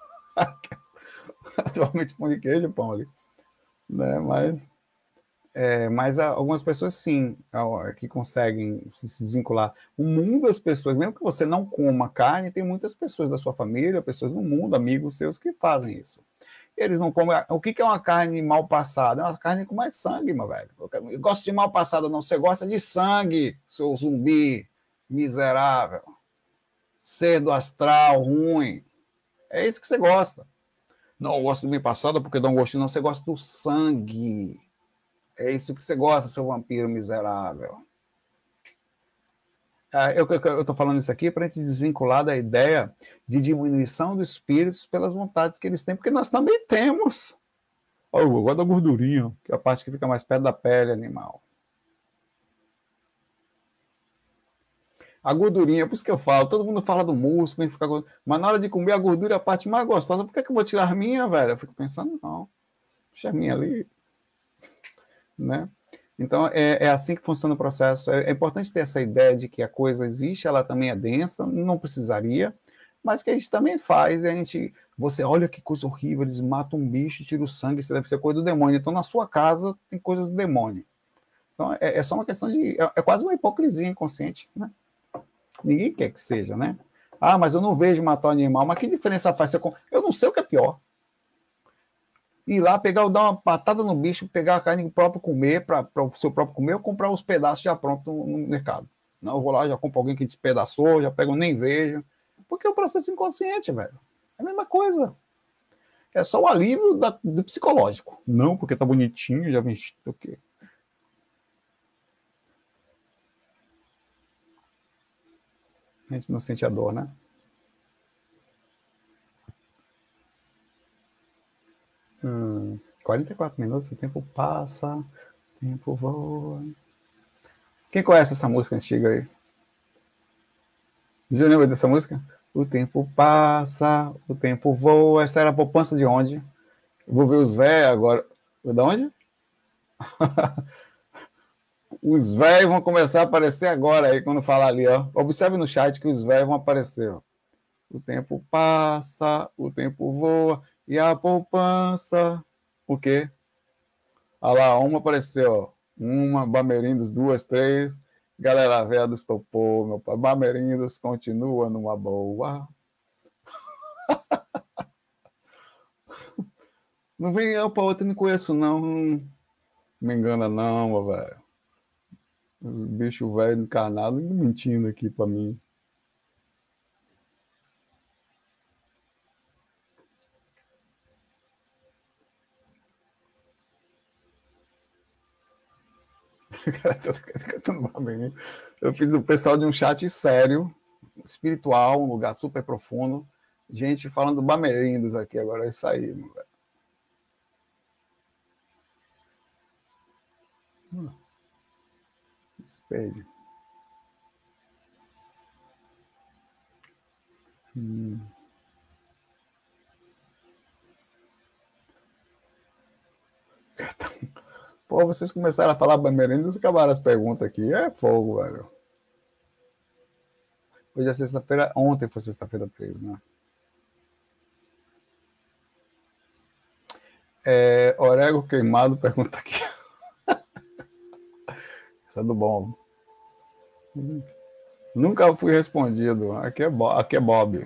atualmente pão de queijo e pão ali, né? Mas, é, mas algumas pessoas sim, que conseguem se desvincular. O mundo das pessoas, mesmo que você não coma carne, tem muitas pessoas da sua família, pessoas no mundo, amigos seus que fazem isso. Eles não comem. O que é uma carne mal passada? É uma carne com mais sangue, meu velho. Eu gosto de mal passada, não. Você gosta de sangue, seu zumbi miserável. Ser do astral ruim. É isso que você gosta. Não, eu gosto de bem passada porque dá um gostinho, não. Você gosta do sangue. É isso que você gosta, seu vampiro miserável. Eu estou falando isso aqui para a gente desvincular da ideia de diminuição dos espíritos pelas vontades que eles têm, porque nós também temos. Oh, eu gosto da gordurinha, que é a parte que fica mais perto da pele animal. A gordurinha, por isso que eu falo, todo mundo fala do músculo, nem fica, mas na hora de comer a gordura é a parte mais gostosa. Por que, é que eu vou tirar a minha, velho? Eu fico pensando, não, deixa a minha ali, né? Então, é, é assim que funciona o processo. É, é importante ter essa ideia de que a coisa existe, ela também é densa, não precisaria, mas que a gente também faz. A gente, você olha que coisa horrível, eles matam um bicho, tiram o sangue, isso deve ser coisa do demônio. Então, na sua casa, tem coisa do demônio. Então, é, é só uma questão de... É, é quase uma hipocrisia inconsciente, né? Ninguém quer que seja, né? Ah, mas eu não vejo matar um animal. Mas que diferença faz? Eu não sei o que é pior. Ir lá, pegar, dar uma patada no bicho, pegar a carne próprio comer, para o seu próprio comer, ou comprar os pedaços já prontos no, no mercado. Não, eu vou lá, já compro alguém que despedaçou, já pego, nem vejo. Porque é um processo inconsciente, velho. É a mesma coisa. É só o alívio da, do psicológico. Não, porque tá bonitinho, já vem o quê? A gente não sente a dor, né? Hum, quarenta e quatro minutos, o tempo passa, o tempo voa. Quem conhece essa música antiga aí? Você lembra dessa música? O tempo passa, o tempo voa. Essa era a poupança de onde? Eu vou ver os velhos agora. De onde? Os velhos vão começar a aparecer agora aí, quando falar ali, ó. Observe no chat que os velhos vão aparecer, ó. O tempo passa, o tempo voa, e a poupança... O quê? Olha lá, uma apareceu, ó. Uma, Bamerindos, duas, três. Galera velha do estopor, meu pai. Bamerindos continua numa boa. Não vem eu para outra, não conheço, não. Não me engana, não, velho. Os bichos velhos encarnados mentindo aqui para mim. Eu fiz o pessoal de um chat sério, espiritual, um lugar super profundo. Gente falando bamerindos aqui agora, é isso aí, meu velho. Hum. Espelho. Hum. Pô, vocês começaram a falar bamerindos e acabaram as perguntas aqui. É fogo, velho. Hoje é sexta-feira, ontem foi sexta-feira treze, né? É, Orego Queimado pergunta aqui. Isso é do bom. Nunca fui respondido. Aqui é, Bo aqui é Bob.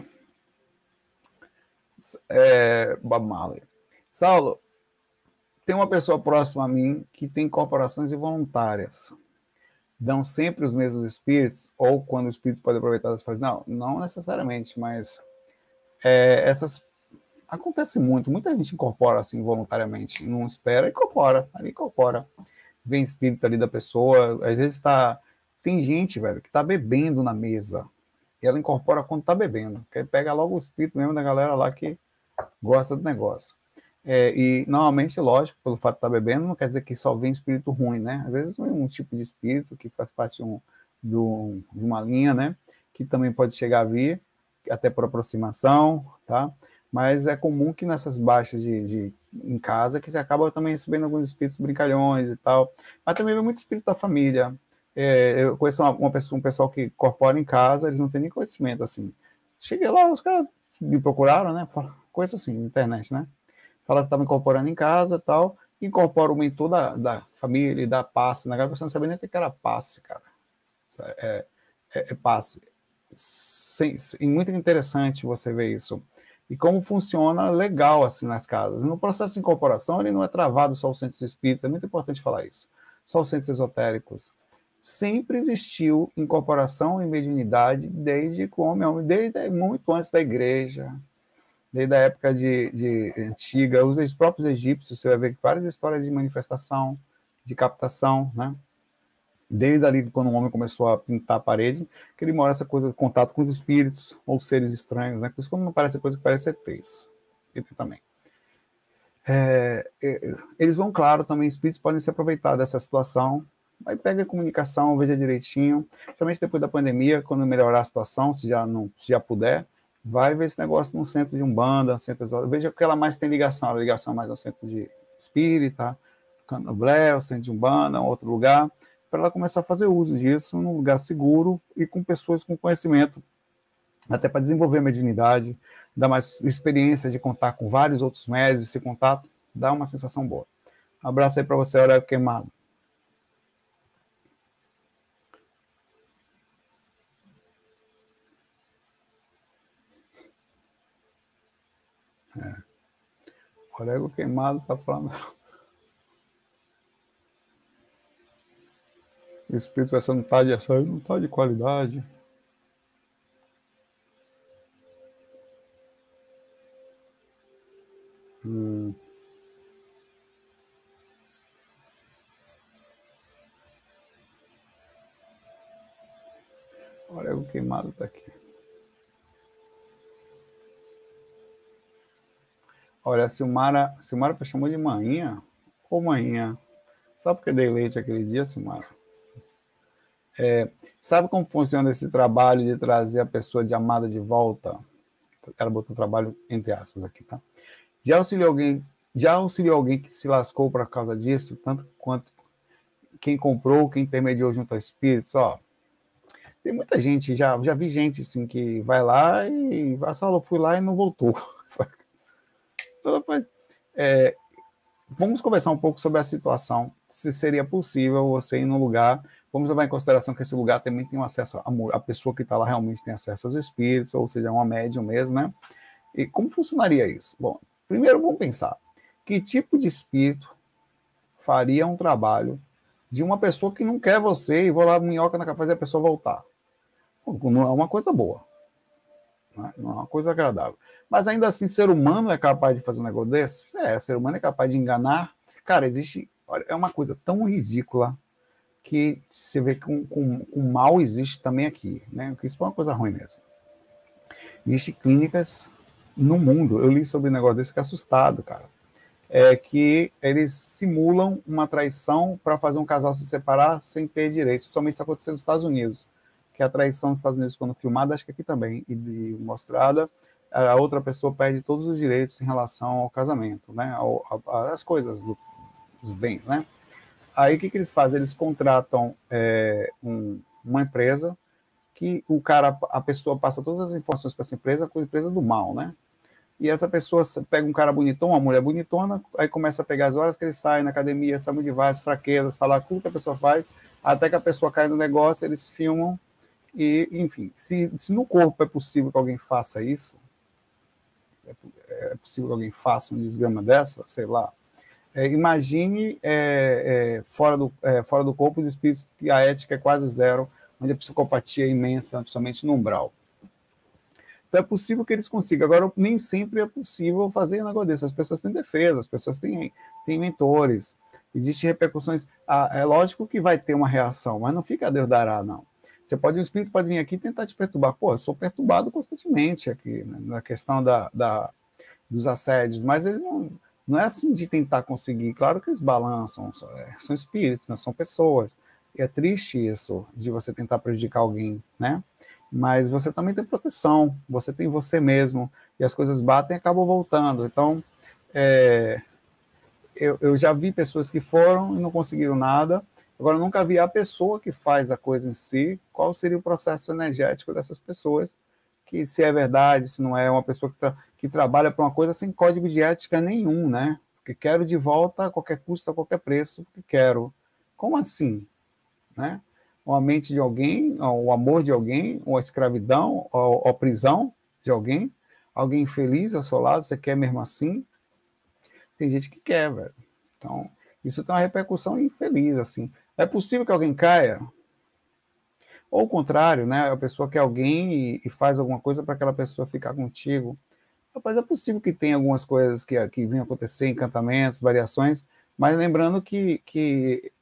É, Bob Marley. Saulo, tem uma pessoa próxima a mim que tem corporações involuntárias. Dão sempre os mesmos espíritos? Ou quando o espírito pode aproveitar as fases? Não, não necessariamente, mas é, essas... Acontece muito. Muita gente incorpora assim voluntariamente. Não espera, incorpora. Ali incorpora. Vem espírito ali da pessoa. Às vezes está... Tem gente, velho, que está bebendo na mesa. E ela incorpora quando está bebendo. Porque pega logo o espírito mesmo da galera lá que gosta do negócio. É, e, normalmente, lógico, pelo fato de estar bebendo, não quer dizer que só vem espírito ruim, né? Às vezes, um tipo de espírito que faz parte de, um, de, um, de uma linha, né? Que também pode chegar a vir, até por aproximação, tá? Mas é comum que nessas baixas de, de, em casa, que você acaba também recebendo alguns espíritos brincalhões e tal. Mas também vem muito espírito da família. É, eu conheço uma, uma pessoa, um pessoal que incorpora em casa, eles não têm nem conhecimento, assim. Cheguei lá, os caras me procuraram, né? Coisa assim, internet, né? Fala que estava incorporando em casa e tal, incorpora o mentor da, da família e dá passe. Na verdade, você não sabia nem o que era passe, cara. É, é, é passe. Sim, sim, muito interessante você ver isso. E como funciona legal assim nas casas. No processo de incorporação, ele não é travado só os centros espíritas, é muito importante falar isso. Só os centros esotéricos. Sempre existiu incorporação e mediunidade desde como, desde muito antes da igreja, desde a época de, de antiga, os próprios egípcios, você vai ver várias histórias de manifestação, de captação, né? Desde ali, quando o homem começou a pintar a parede, que ele mora essa coisa de contato com os espíritos ou seres estranhos, né? Por isso, quando não parece coisa que parece E Tês. E também. É, eles vão, claro, também espíritos podem se aproveitar dessa situação. Aí pega a comunicação, veja direitinho, principalmente depois da pandemia, quando melhorar a situação, se já, não, se já puder, vai ver esse negócio no centro de Umbanda, no centro de... veja o que ela mais tem ligação, a ligação mais no centro de espírita, Candomblé, o centro de Umbanda, outro lugar, para ela começar a fazer uso disso num lugar seguro e com pessoas com conhecimento, até para desenvolver a mediunidade, dar mais experiência de contar com vários outros médios, esse contato dá uma sensação boa. Um abraço aí para você, Aurélio Queimado. É. Orego Queimado tá falando. O espírito essa não tá de ação, não tá de qualidade. Hum. Orego Queimado tá aqui. Olha, a Silmara, a Silmara chamou de manhinha. Ô, manhinha. Só porque dei leite aquele dia, Silmara. É, sabe como funciona esse trabalho de trazer a pessoa de amada de volta? Ela botou trabalho entre aspas aqui, tá? Já auxiliou alguém, já auxiliou alguém que se lascou por causa disso, tanto quanto quem comprou, quem intermediou junto a espíritos, ó. Tem muita gente, já, já vi gente assim que vai lá e a sala fui lá e não voltou. É, vamos conversar um pouco sobre a situação, se seria possível você ir num lugar, vamos levar em consideração que esse lugar também tem um acesso, a, a pessoa que está lá realmente tem acesso aos espíritos, ou seja, uma médium mesmo, né? E como funcionaria isso? Bom, primeiro vamos pensar, que tipo de espírito faria um trabalho de uma pessoa que não quer você e vou lá minhoca na fazer a pessoa voltar? Não é uma coisa boa, né? Não é uma coisa agradável. Mas ainda assim, ser humano é capaz de fazer um negócio desse? É, ser humano é capaz de enganar. Cara, existe, olha, é uma coisa tão ridícula que você vê que o com, com mal existe também aqui, né? Porque isso é uma coisa ruim mesmo. Existem clínicas no mundo, eu li sobre um negócio desse, fiquei assustado, cara. É que eles simulam uma traição para fazer um casal se separar sem ter direitos. Principalmente isso aconteceu nos Estados Unidos, que a traição nos Estados Unidos, quando filmada, acho que aqui também, e mostrada, a outra pessoa perde todos os direitos em relação ao casamento, né? As coisas, do, dos bens, né? Aí o que, que eles fazem? Eles contratam é, um, uma empresa que o cara, a pessoa passa todas as informações para essa empresa, com a empresa do mal, né? E essa pessoa pega um cara bonitão, uma mulher bonitona, aí começa a pegar as horas que ele sai na academia, sabe onde vai, as fraquezas, falar tudo que a pessoa faz, até que a pessoa cai no negócio, eles filmam, e, enfim, se, se no corpo é possível que alguém faça isso, é, é possível que alguém faça um desgrama dessa, sei lá, é, imagine é, é, fora, do, é, fora do corpo de espíritos que a ética é quase zero, onde a psicopatia é imensa, principalmente no umbral. Então é possível que eles consigam. Agora, nem sempre é possível fazer um negócio desse. As pessoas têm defesa, as pessoas têm, têm mentores, existem repercussões. Ah, é lógico que vai ter uma reação, mas não fica a Deus dará, não. Você pode, um espírito pode vir aqui e tentar te perturbar. Pô, eu sou perturbado constantemente aqui, né, na questão da, da, dos assédios, mas eles não, não é assim de tentar conseguir. Claro que eles balançam, são espíritos, né, são pessoas. E é triste isso, de você tentar prejudicar alguém, né? Mas você também tem proteção, você tem você mesmo, e as coisas batem e acabam voltando. Então, é, eu, eu já vi pessoas que foram e não conseguiram nada, agora eu nunca vi a pessoa que faz a coisa em si, qual seria o processo energético dessas pessoas, que se é verdade, se não é, uma pessoa que, tra que trabalha para uma coisa sem código de ética nenhum, né? Porque quero de volta a qualquer custo, a qualquer preço, porque quero. Como assim? Né? Ou a mente de alguém, ou o amor de alguém, ou a escravidão, ou a prisão de alguém, alguém infeliz ao seu lado, você quer mesmo assim? Tem gente que quer, velho. Então, isso tem uma repercussão infeliz, assim. É possível que alguém caia? Ou o contrário, né? A pessoa quer alguém e, e faz alguma coisa para aquela pessoa ficar contigo. Rapaz, é possível que tenha algumas coisas que, que venham acontecer, encantamentos, variações, mas lembrando que, que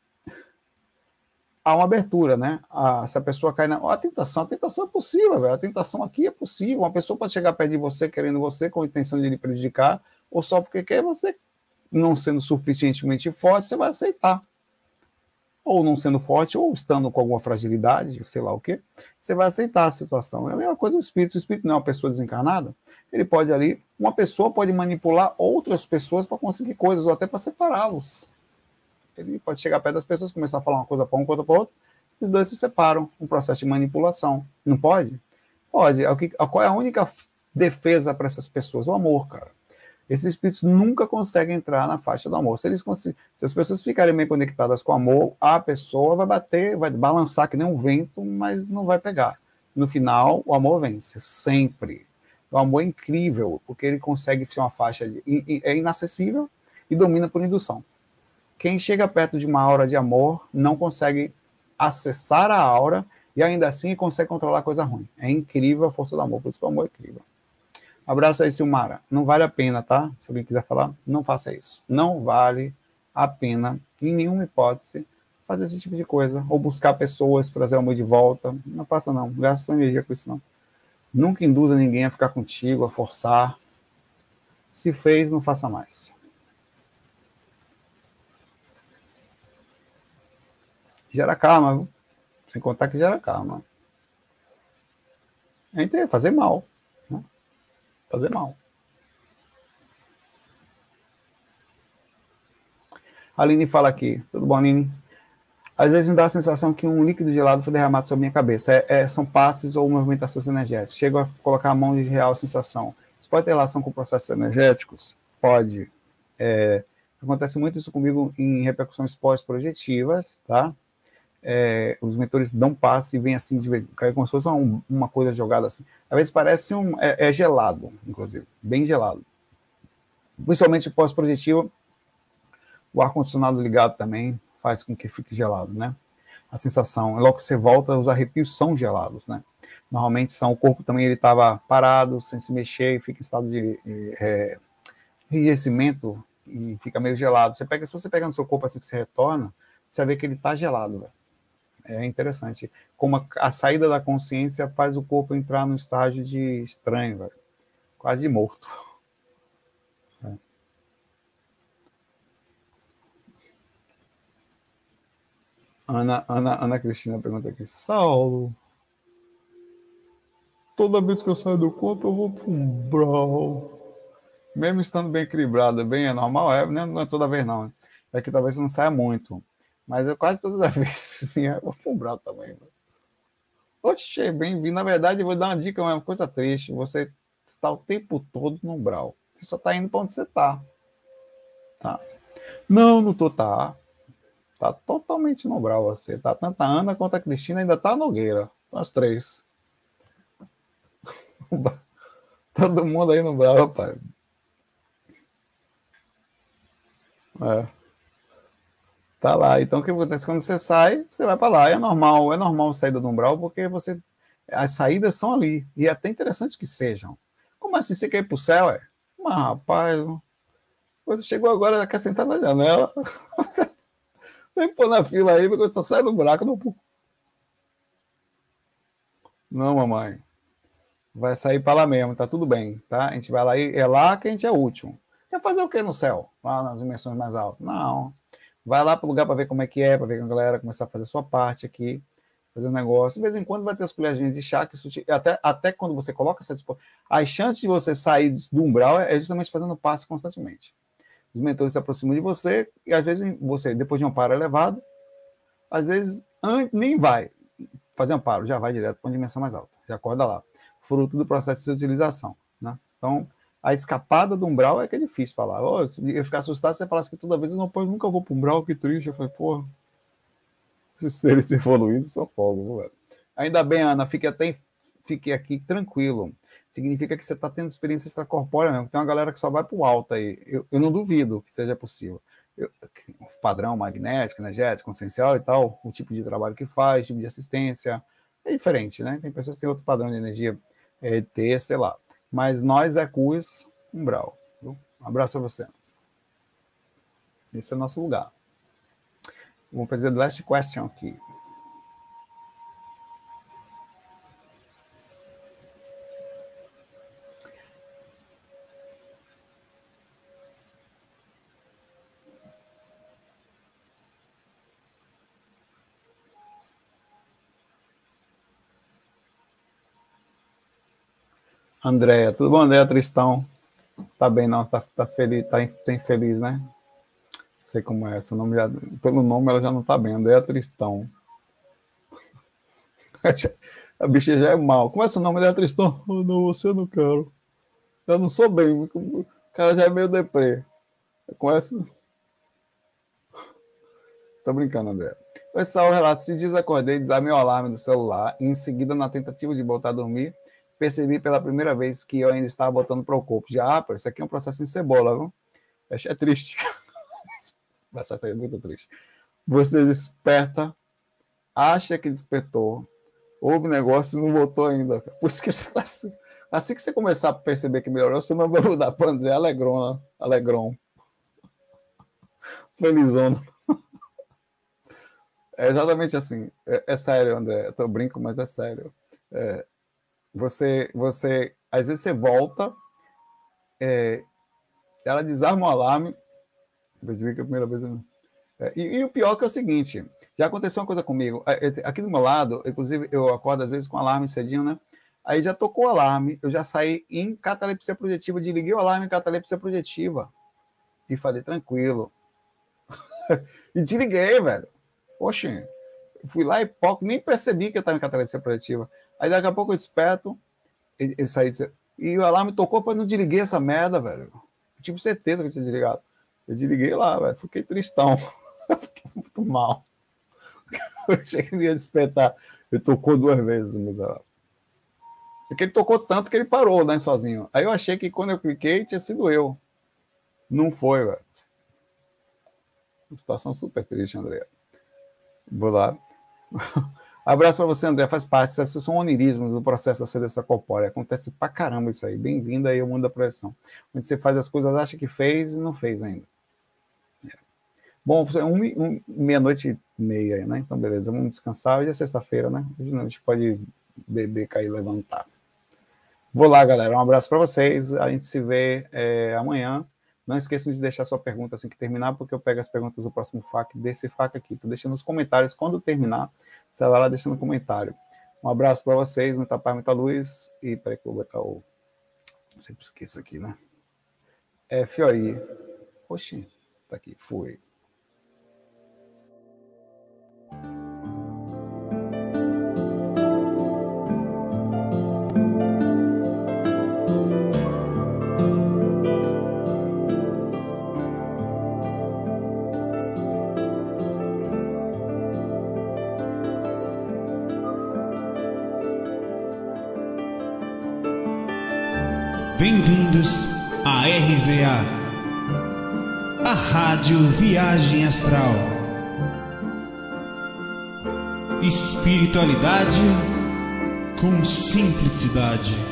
há uma abertura, né? A, se a pessoa cai na... A tentação, a tentação é possível, velho. A tentação aqui é possível. Uma pessoa pode chegar perto de você, querendo você, com a intenção de lhe prejudicar, ou só porque quer você, não sendo suficientemente forte, você vai aceitar. Ou não sendo forte, ou estando com alguma fragilidade, sei lá o quê, você vai aceitar a situação. É a mesma coisa o espírito. O espírito não é uma pessoa desencarnada. Ele pode ali... Uma pessoa pode manipular outras pessoas para conseguir coisas, ou até para separá-los. Ele pode chegar perto das pessoas, começar a falar uma coisa para um, outra para outra, e os dois se separam, um processo de manipulação. Não pode? Pode. Qual é a única defesa para essas pessoas? O amor, cara. Esses espíritos nunca conseguem entrar na faixa do amor. Se, eles se as pessoas ficarem bem conectadas com o amor, a pessoa vai bater, vai balançar que nem um vento, mas não vai pegar. No final, o amor vence, sempre. O amor é incrível, porque ele consegue ser uma faixa, de, é inacessível e domina por indução. Quem chega perto de uma aura de amor não consegue acessar a aura e ainda assim consegue controlar coisa ruim. É incrível a força do amor, por isso que o amor é incrível. Abraço aí, Silmara. Não vale a pena, tá? Se alguém quiser falar, não faça isso. Não vale a pena, em nenhuma hipótese, fazer esse tipo de coisa. Ou buscar pessoas para trazer o amor de volta. Não faça não. Gasta sua energia com isso não. Nunca induza ninguém a ficar contigo, a forçar. Se fez, não faça mais. Gera karma, viu? Sem contar que gera karma. É fazer mal. Né? Fazer mal. A Aline fala aqui. Tudo bom, Aline? Às vezes me dá a sensação que um líquido gelado foi derramado sobre minha cabeça. É, é, são passes ou movimentações energéticas. Chego a colocar a mão de real sensação. Isso pode ter relação com processos energéticos? Pode. É, acontece muito isso comigo em repercussões pós-projetivas, tá? É, os mentores dão passe e vem assim, de vez, como se fosse uma, uma coisa jogada assim. Às vezes parece um... É, é gelado, inclusive. Bem gelado. Principalmente pós-projetivo, o ar-condicionado ligado também faz com que fique gelado, né? A sensação, logo que você volta, os arrepios são gelados, né? Normalmente são, o corpo também ele estava parado, sem se mexer, e fica em estado de é, enrijecimento e fica meio gelado. Você pega, se você pega no seu corpo assim que você retorna, você vai ver que ele está gelado, velho. É interessante. Como a, a saída da consciência faz o corpo entrar num estágio de estranho, velho. Quase de morto. É. Ana, Ana, Ana Cristina pergunta aqui. Saulo, toda vez que eu saio do corpo, eu vou para um brawl. Mesmo estando bem equilibrado, bem é normal, é, não é toda vez não. É que talvez não saia muito. Mas eu quase todas as vezes eu vou para um brawl também. Né? Oxe, bem-vindo. Na verdade, eu vou dar uma dica, uma coisa triste. Você está o tempo todo no brawl. Você só está indo para onde você está. Tá? Não, não tô, tá. Tá totalmente no brawl você. Tá tanto a Ana quanto a Cristina, ainda tá a Nogueira. As três. Todo mundo aí no brawl, rapaz. É. Tá lá. Então, o que acontece? Quando você sai, você vai para lá. É normal, é normal saída do umbral, porque você... as saídas são ali. E é até interessante que sejam. Como assim? Você quer ir pro céu, é? Mas, rapaz, quando chegou agora, quer sentar na janela. Vem pôr na fila aí, quando você sai do buraco, não... Não, mamãe. Vai sair para lá mesmo, tá tudo bem, tá? A gente vai lá e é lá que a gente é útil. Quer fazer o que no céu? Lá nas dimensões mais altas? Não. Vai lá para o lugar para ver como é que é, para ver com a galera começar a fazer a sua parte aqui, fazer um negócio. De vez em quando vai ter as colherzinhas de chá, que isso te... até, até quando você coloca essa disposição. As chances de você sair do umbral é justamente fazendo passe constantemente. Os mentores se aproximam de você e às vezes você, depois de um paro elevado, às vezes nem vai fazer um paro, já vai direto para uma dimensão mais alta, já acorda lá. Fruto do processo de utilização, né? Então, a escapada do umbral é que é difícil falar. Oh, se eu ficar assustado, você falasse que toda vez eu não posso, nunca vou para o umbral, que triste. Eu falei, porra, esses seres evoluídos são fogo, velho. Ainda bem, Ana, fique até fique aqui tranquilo. Significa que você está tendo experiência extracorpórea mesmo. Tem uma galera que só vai para o alto aí. Eu, eu não duvido que seja possível. Eu, padrão magnético, energético, consciencial e tal, o tipo de trabalho que faz, tipo de assistência, é diferente, né? Tem pessoas que têm outro padrão de energia, é, ter, sei lá. Mas nós é Cus Umbral. Viu? Um abraço a você. Esse é o nosso lugar. Vamos fazer the last question aqui. Andréia, tudo bom, Andréia Tristão? Tá bem, não? Tá, tá feliz, tá, tá infeliz, né? Sei como é, seu nome já, pelo nome ela já não tá bem, Andréia Tristão. A bicha já é mal. Como é seu nome, Andréia Tristão? Oh, não, você eu não quero. Eu não sou bem, o cara já é meio deprê. Com essa... Tô brincando, André. Oi, Saulo, relato. Se desacordei, desarmei o alarme do celular e em seguida, na tentativa de voltar a dormir, percebi pela primeira vez que eu ainda estava botando para o corpo. Já, ah, pô, isso aqui é um processo em cebola, viu? É triste. O processo é muito triste. Você desperta, acha que despertou, houve negócio e não voltou ainda. Por isso que você está assim. Assim que você começar a perceber que melhorou, você não vai mudar para André Alegron, né? Alegron. Felizona. É exatamente assim. É, é sério, André. Eu tô brinco, mas é sério. É, você, você, às vezes você volta, é, ela desarma o alarme. Percebi que a primeira vez. É, e, e o pior que é o seguinte: Já aconteceu uma coisa comigo. Aqui do meu lado, inclusive, eu acordo às vezes com alarme cedinho, né? Aí já tocou o alarme, eu já saí em catalepsia projetiva, desliguei o alarme em catalepsia projetiva. E falei, tranquilo. E desliguei, velho. Oxe, fui lá e pouco, nem percebi que eu estava em catalepsia projetiva. Aí daqui a pouco eu desperto, eu, eu saí, e o alarme tocou, mas não desliguei essa merda, velho. Eu tive certeza que eu tinha desligado. Eu desliguei lá, velho. Fiquei tristão. Fiquei muito mal. Eu achei que ele ia despertar. Ele tocou duas vezes, miserável. Porque ele tocou tanto que ele parou, né, sozinho. Aí eu achei que quando eu cliquei, tinha sido eu. Não foi, velho. Uma situação super triste, André. Vou lá. Abraço para você, André. Faz parte. Esses são onirismos do processo da sedença corpórea. Acontece pra caramba isso aí. Bem-vindo aí ao mundo da projeção. Onde você faz as coisas, acha que fez e não fez ainda. É. Bom, um, um, meia-noite e meia, né? Então, beleza. Vamos descansar. Hoje é sexta-feira, né? Hoje a gente pode beber, cair, levantar. Vou lá, galera. Um abraço para vocês. A gente se vê é, amanhã. Não esqueçam de deixar sua pergunta assim que terminar, porque eu pego as perguntas do próximo F A Q desse F A Q aqui. Tô deixando nos comentários. Quando terminar, você vai lá deixando no comentário. Um abraço para vocês. Muita paz, muita luz. E peraí que eu vou botar o... Sempre esqueço aqui, né? F O I. Oxi. Tá aqui. Fui. Bem-vindos à R V A, a Rádio Viagem Astral. Espiritualidade com simplicidade.